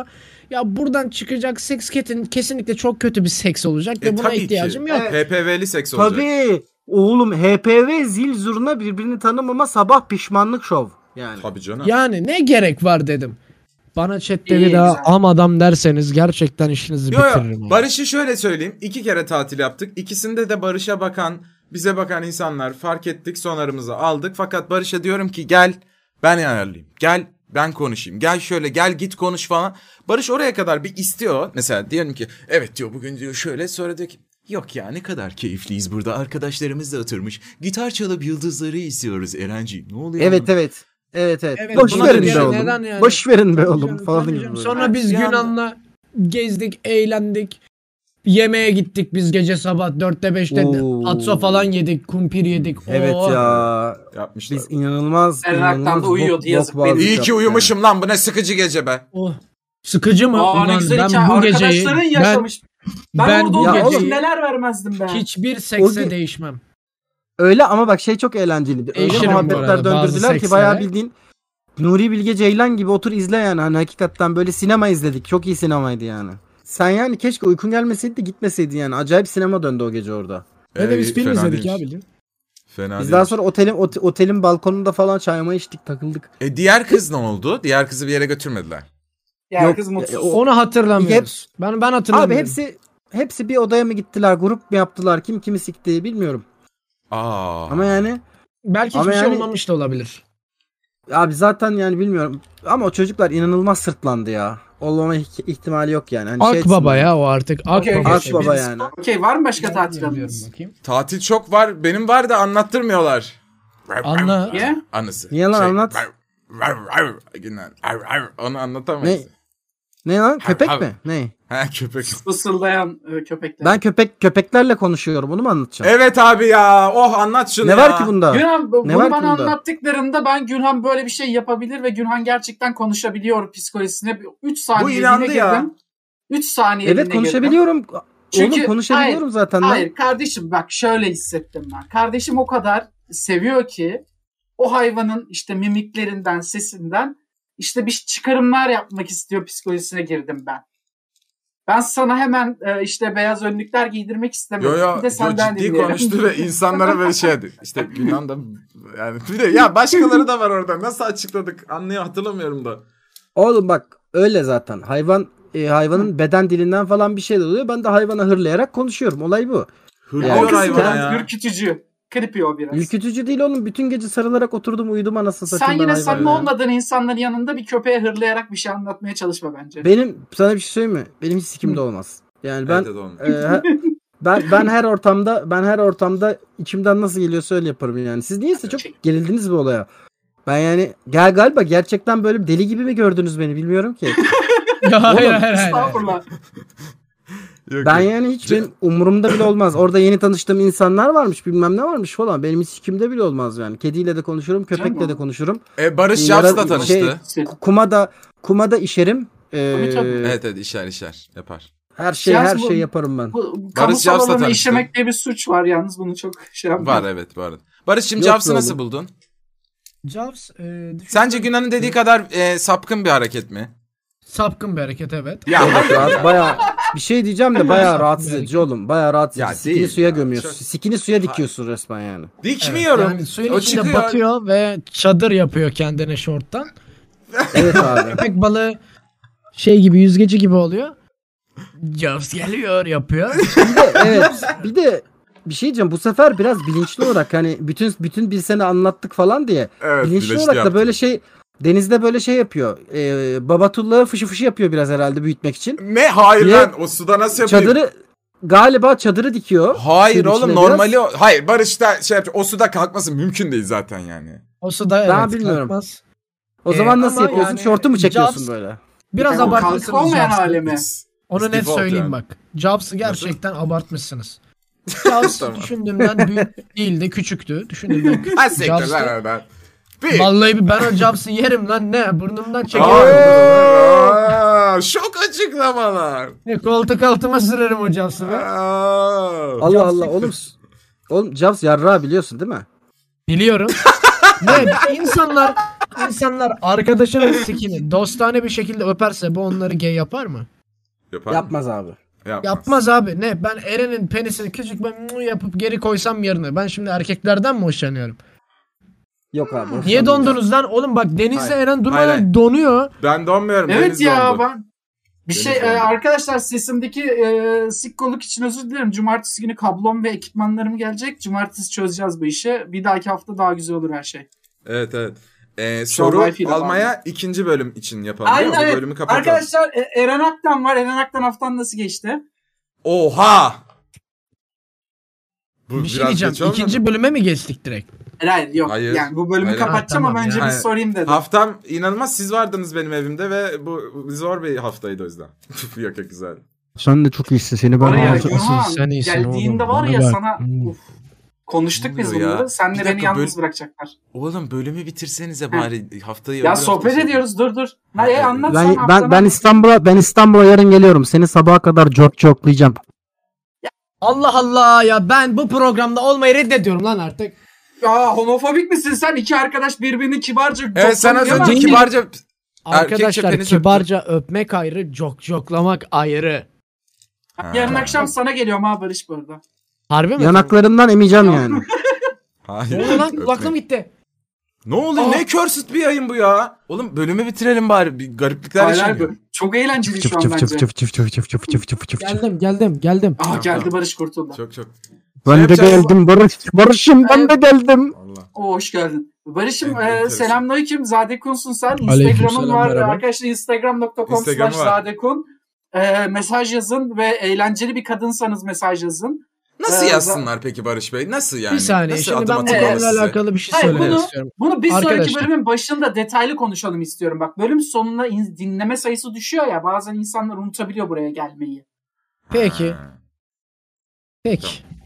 Ya buradan çıkacak seks kesinlikle çok kötü bir seks olacak ve buna tabii ki. ihtiyacım yok. HPV'li seks olacak. Tabii. Oğlum HPV zil zurna birbirini tanımama sabah pişmanlık şov. Yani. Tabii canım. Yani ne gerek var dedim. Bana chatte İyi, bir daha güzel. am adam derseniz gerçekten işinizi Yo, bitiririm. abi. Barış'ı şöyle söyleyeyim. 2 kere tatil yaptık. İkisinde de Barış'a bakan, bize bakan insanlar fark ettik. Sonarımızı aldık. Fakat Barış'a diyorum ki gel ben ayarlayayım. Gel ben konuşayım. Gel şöyle gel git konuş falan. Barış oraya kadar bir istiyor. Mesela diyelim ki evet diyor bugün diyor şöyle, sonra diyor ki yok ya ne kadar keyifliyiz burada. Arkadaşlarımız da oturmuş. Gitar çalıp yıldızları izliyoruz Erenciğim. Ne oluyor? Evet evet. Evet evet. Evet, Boş buna verin göre be oğlum. neden yani? Boş verin be oğlum Tabii falan canım. gibi. böyle. Sonra biz Yani- Yunan'la gezdik, eğlendik. Yemeğe gittik biz gece sabah 4'te 5'te Oo. patso falan yedik, kumpir yedik. Evet Oo. ya. Yapmışlar. Biz inanılmaz Berrak'tan da uyuyordu, yazık benim. bazı İyi ki yaptık uyumuşum lan, bu ne sıkıcı gece be. Oh. Sıkıcı mı? Aa ne Ulan güzel ben hikaye. bu geceyi Arkadaşların yaşamış. Ben ben orada bu o geceyi- geceyi neler vermezdim ben. hiçbir sekse O değişmem. yani. Öyle ama bak şey çok eğlenceliydi. Öyle Değişirim bu muhabbetler arada bazı döndürdüler ki sekslere. bayağı bildiğin Nuri Bilge Ceylan gibi otur izle yani. Hani hakikaten böyle sinema izledik. Çok iyi sinemaydı yani. Sen yani keşke uykun gelmeseydi de gitmeseydin yani. Acayip sinema döndü o gece orada. Öyle biz film fena izledik değilmiş. ya bildiğin. Fena Biz daha değilmiş. sonra otelin balkonunda falan çayma içtik, takıldık. Diğer kız ne oldu? Diğer kızı bir yere götürmediler. Ya Yok, kız mutsuz. Onu hatırlamıyoruz. Ben hatırlamıyorum. Abi hepsi bir odaya mı gittiler, grup mu yaptılar, kim kimi sikti bilmiyorum. Aa. Ama yani Belki Ama hiçbir şey yani- olmamış da olabilir. abi zaten yani bilmiyorum. Ama o çocuklar inanılmaz sırtlandı ya. Olmama ihtimali yok yani. Hani şey Akbaba açısından- ya o artık. Okey, Akbaba. Akbaba biz- yani. Okey, var mı başka Ben tatil bilmiyorum, anınız? bakayım. Tatil çok var. Benim var da anlattırmıyorlar. Anla. Niye? Anısı. Niye lan, anlat. Onu anlatamayız. Ne lan? Köpek Hav. mi? Ne? Ha köpek. Fısıldayan köpekler. Ben köpeklerle konuşuyorum. Onu mu anlatacağım? Evet abi ya. Oh anlat şunu Ne ya. var ki bunda? Günhan bunu Ne var ki bana bunda? anlattıklarında ben Günhan böyle bir şey yapabilir ve Günhan gerçekten konuşabiliyor psikolojisine. 3 saniye inandı ya. girdim. 3 saniye Evet konuşabiliyorum. Çünkü- Oğlum konuşabiliyorum hayır, zaten lan. Hayır kardeşim bak şöyle hissettim ben. Kardeşim o kadar seviyor ki o hayvanın işte mimiklerinden, sesinden işte bir çıkarımlar yapmak istiyor psikolojisine girdim ben. Ben sana hemen işte beyaz önlükler giydirmek istemiyorum. Yo yo, Bir de senden ciddi dinleyelim. konuştu ve insanlara böyle şey dedi. İşte Yunan da yani bir de ya başkaları da var orada. Nasıl açıkladık? Hatırlamıyorum da. Oğlum bak öyle zaten. Hayvanın beden dilinden falan bir şey de oluyor. Ben de hayvana hırlayarak konuşuyorum. Olay bu. Hırlıyor O kısmı hayvana biraz ya. ürkütücü. Creepy o biraz. Ürkütücü değil oğlum. Bütün gece sarılarak oturdum uyudum anasını Sen satayım. yine ben samimi hayvana ya. olmadığın insanların yanında bir köpeğe hırlayarak bir şey anlatmaya çalışma bence. Benim sana bir şey söyleyeyim mi? Benim hiç sikimde olmaz. Yani ben Evet, olmuyor. ben her ortamda içimden nasıl geliyorsa öyle yaparım yani. Siz niyeyse çok gerildiniz bu olaya. Ben yani galiba gerçekten böyle deli gibi mi gördünüz beni bilmiyorum ki. Ya, hayır. Estağfurullah. Yok, Ben yok. yani hiç benim umurumda bile olmaz. Orada yeni tanıştığım insanlar varmış bilmem ne varmış falan. Benim hiç sikimde bile olmaz yani. Kediyle de konuşurum, köpekle Canım. de konuşurum. Barış Yara- Yaps'la tanıştı. Kumada işerim. Tabii, tabii. Evet işer yapar. Her şey Yalnız bu- şey yaparım ben. Bu kamusal Javs'la alana tanıştın. işemek diye bir suç var yalnız bunu çok şey yapma. Var evet bu arada. Barış'cığım Yok Javs'ı be nasıl oğlum. buldun? Javs Sence Günan'ın dediği kadar sapkın bir hareket mi? sapkın bir hareket evet. Ya Evet, bayağı bir şey diyeceğim de bayağı rahatsız edici oğlum. Bayağı rahatsız Ya edici. Sikini değil suya ya, gömüyorsun. çok- Sikini suya dikiyorsun resmen yani. dikmiyorum. Yani suyun O içinde çıkıyor. batıyor ve çadır yapıyor kendine şorttan. Evet abi. Köpek balığı şey gibi yüzgeci gibi oluyor. Javs geliyor yapıyor. Evet. Bir de bir şey diyeceğim. Bu sefer biraz bilinçli olarak hani bütün bir sene anlattık falan diye. Evet, bilinçli bilinçli olarak yaptı. da böyle şey denizde böyle şey yapıyor. Babatullah'ı fışı fışı yapıyor biraz herhalde büyütmek için. Ne? Hayır Niye? lan o suda nasıl yapayım? Galiba çadırı dikiyor. Hayır Suyun oğlum içine normali o. Hayır Barış da şey yapacak. O suda kalkması mümkün değil zaten yani. O suda Ben evet bilmiyorum. kalkmaz. O zaman nasıl ama yapıyorsun? yani Şortu mu çekiyorsun Javs- böyle? Biraz Yani o abartmışsınız kalkık olmayan Javs'ı. hali mi? Onu net Default söyleyeyim yani. bak. Javs'ı gerçekten abartmışsınız. Javs Tamam. düşündüğümden büyük değildi, küçüktü. Düşündüğümden Ha siktir lan Javs'ı. oradan. Bir. Vallahi ben o Javs'ı yerim lan ne? Burnumdan çekerim. Şok açıklamalar. Koltuk altıma sürerim o Javs'ı be. Allah Javs Allah oğlum. Oğlum Javs yarrağı biliyorsun değil mi? Biliyorum. Ne? İnsanlar arkadaşının sikini dostane bir şekilde öperse bu onları gay yapar mı? Yapar mı? Yapmaz abi. Yapmaz abi. Ne? Ben Eren'in penisini küçük ben yapıp geri koysam yerine. Ben şimdi erkeklerden mi hoşlanıyorum? Yok abi. Niye dondunuz lan? Oğlum bak Deniz'le Hayır. Eren durmadan Hayır. donuyor. Ben donmuyorum. Evet Deniz ya dondu. ben bir Deniz şey dondu. arkadaşlar sesimdeki sikkoluk için özür dilerim. Cumartesi günü kablom ve ekipmanlarım gelecek. Cumartesi çözeceğiz bu işi. Bir dahaki hafta daha güzel olur her şey. Evet evet. Şu an Soru Wi-Fi'de almaya ikinci bölüm için yapalım. Aynen, değil mi? Bu evet. bölümü kapatalım. Arkadaşlar Eren Aktan var. Eren Aktan haftan nasıl geçti? Oha! Bu Bir şey biraz diyeceğim. geç olmadı mı? İkinci bölüme mi geçtik direkt? Hayır yok. Hayır. Yani bu bölümü Hayır. kapatacağım Ha, ama tamam önce ya. bir Hayır. sorayım dedim. Haftam inanılmaz, siz vardınız benim evimde ve bu zor bir haftaydı o yüzden. Yok yok, güzel. Sen de çok iyisin. Seni ben Var ya alacağım. Asıl Gürhan sen iyisin geldiğinde oğlum, var bana ya bak. sana uf, konuştuk Ne biz oluyor ya? bunları. Sen Bir de dakika, beni yalnız bırakacaklar. Oğlum bölümü bitirsenize bari haftayı. Ya öbür sohbet hafta ediyoruz dur. Ha, Hayır evet. anlat sen Ben İstanbul'a yarın geliyorum. Seni sabaha kadar joklayacağım. Allah Allah ya ben bu programda olmayı reddediyorum lan artık. Ya homofobik misin sen? İki arkadaş birbirini kibarca Evet, sen az joklamıyor önce mu? kibarca Arkadaşlar penis kibarca öpmek ayrı, joklamak ayrı. Yarın akşam sana geliyorum ha Barış bu arada. Harbi mi? Yanaklarından emeceğim yani. Hayır. Ne oldu lan? Öpme. Kulaklığım gitti. Ne oluyor? Ne cursed bir yayın bu ya? Oğlum bölümü bitirelim bari. Bir gariplikler Hayır, yaşanıyor. çok eğlenceli şu Çıf an çıf bence. çıf çıf çıf çıf çıf çıf çıf çıf çıf. Geldim. Aha geldi Tamam. Barış kurtuldu. Çok çok. Ben de yapacağız? geldim Barış'ım ben de geldim. Allah. Oo, hoş geldin. Barış'ım Evet, enteresan. selamünaleyküm. Zadekun'sun sen. Aleykümselam, Instagram'ın var. merhaba. Arkadaşlar Instagram'ı var. instagram.com/zadekun. Mesaj yazın ve eğlenceli bir kadınsanız mesaj yazın. Nasıl yazsınlar peki Barış Bey? Nasıl yani? Bir saniye. Nasıl Şimdi adım ben bu atılmalı konuyla size? alakalı bir şey Hayır, söylemek bunu- istiyorum. Bunu bir sonraki Arkadaşlar. bölümün başında detaylı konuşalım istiyorum. Bak bölüm sonunda dinleme sayısı düşüyor ya. Bazen insanlar unutabiliyor buraya gelmeyi. Peki. Ha. Peki.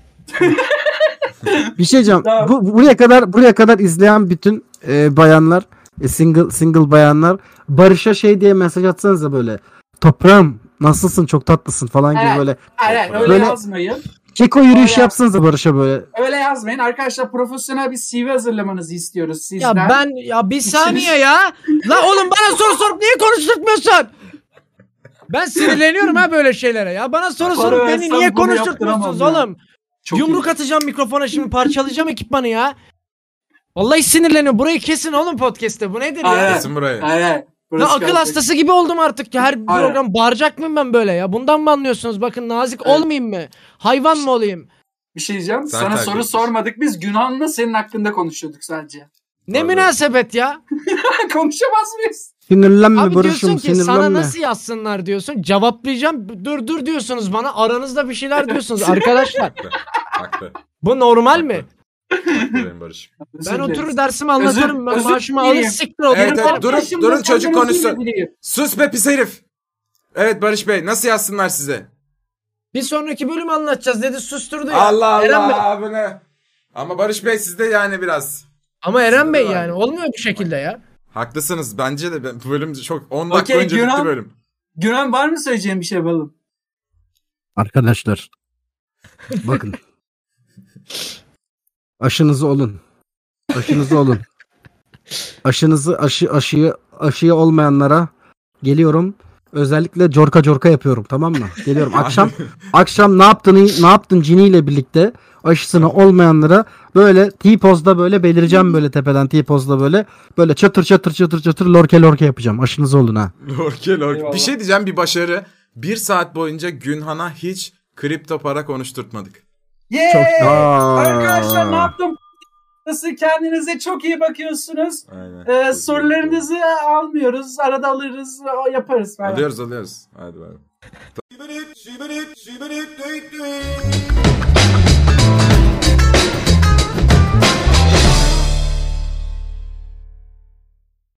Bir şey diyeceğim. Tamam. Buraya kadar izleyen bütün bayanlar, single bayanlar Barış'a şey diye mesaj atsanıza böyle. Toprağım nasılsın, çok tatlısın falan gibi Evet. böyle. Hayır öyle Böyle- yazmayın. Keko yürüyüş Öyle- yapsanıza Barış'a böyle. Öyle yazmayın. Arkadaşlar profesyonel bir CV hazırlamanızı istiyoruz sizden. Ya bir saniye ya. La oğlum bana soru sorup niye konuşturtmuyorsun? Ben sinirleniyorum ha böyle şeylere ya. Bana soru Para sorup beni versem niye bunu konuşturtmuyorsunuz yaptıramam ya. oğlum? Çok Yumruk iyi. atacağım mikrofona şimdi parçalayacağım ekipmanı ya. Vallahi sinirleniyorum. Burayı kesin oğlum podcast'te. Bu nedir ya? Aynen. Kesin burayı. Hayır. Ya akıl hastası gibi oldum artık ya. Her Aynen. program bağıracak mıyım ben böyle ya? Bundan mı anlıyorsunuz? Bakın nazik Evet. olmayayım mı? Hayvan mı olayım? Bir şey diyeceğim. Sen Sana terk soru etmiş. sormadık. Biz Günhan'la senin hakkında konuşuyorduk sadece. Ne Tabii. münasebet ya? Konuşamaz mıyız? Sinirlenme Abi Barış'ım, diyorsun ki sana sinirlenme. nasıl yazsınlar diyorsun. Cevaplayacağım. Dur diyorsunuz bana. Aranızda bir şeyler diyorsunuz arkadaşlar. Haklı. Bu normal mi? Haklı benim Barış. Ben oturur dersimi anlatırım. Ben özür maaşımı alır dileyim. siktir olurum. Evet, evet, durun, Başımda durun, senden çocuk özür konuşsun. dileyim. Sus be pis herif. Evet Barış Bey, nasıl yazsınlar size? Bir sonraki bölüm anlatacağız dedi susturdu ya. Allah Eren Bey. Allah bu ne? Ama Barış Bey siz de yani biraz. Ama Eren Bey Sizde de var. yani olmuyor bu şekilde ya. Haklısınız bence de bu bölüm çok 10 dakika Okey, önce bitti Günan. bölüm. Günhan var mı söyleyeceğim bir şey balım? Arkadaşlar. Bakın. Aşınızı olun. Aşınızı olun. Aşıya olmayanlara geliyorum. Özellikle corka yapıyorum, tamam mı? Geliyorum akşam ne yaptın Cini ile birlikte aşısını olmayanlara böyle T-pozda böyle belireceğim, böyle tepeden T-pozda böyle çatır lorke yapacağım. Aşınızı olun ha. Lorke. Eyvallah. Bir şey diyeceğim, bir başarı. 1 saat boyunca Günhan'a hiç kripto para konuşturtmadık. Yeah! Aa. Arkadaşlar ne yaptım? Nasıl kendinize çok iyi bakıyorsunuz? Aynen. Sorularınızı almıyoruz. Arada alırız. Yaparız. Falan. Alıyoruz. Hadi bay bay.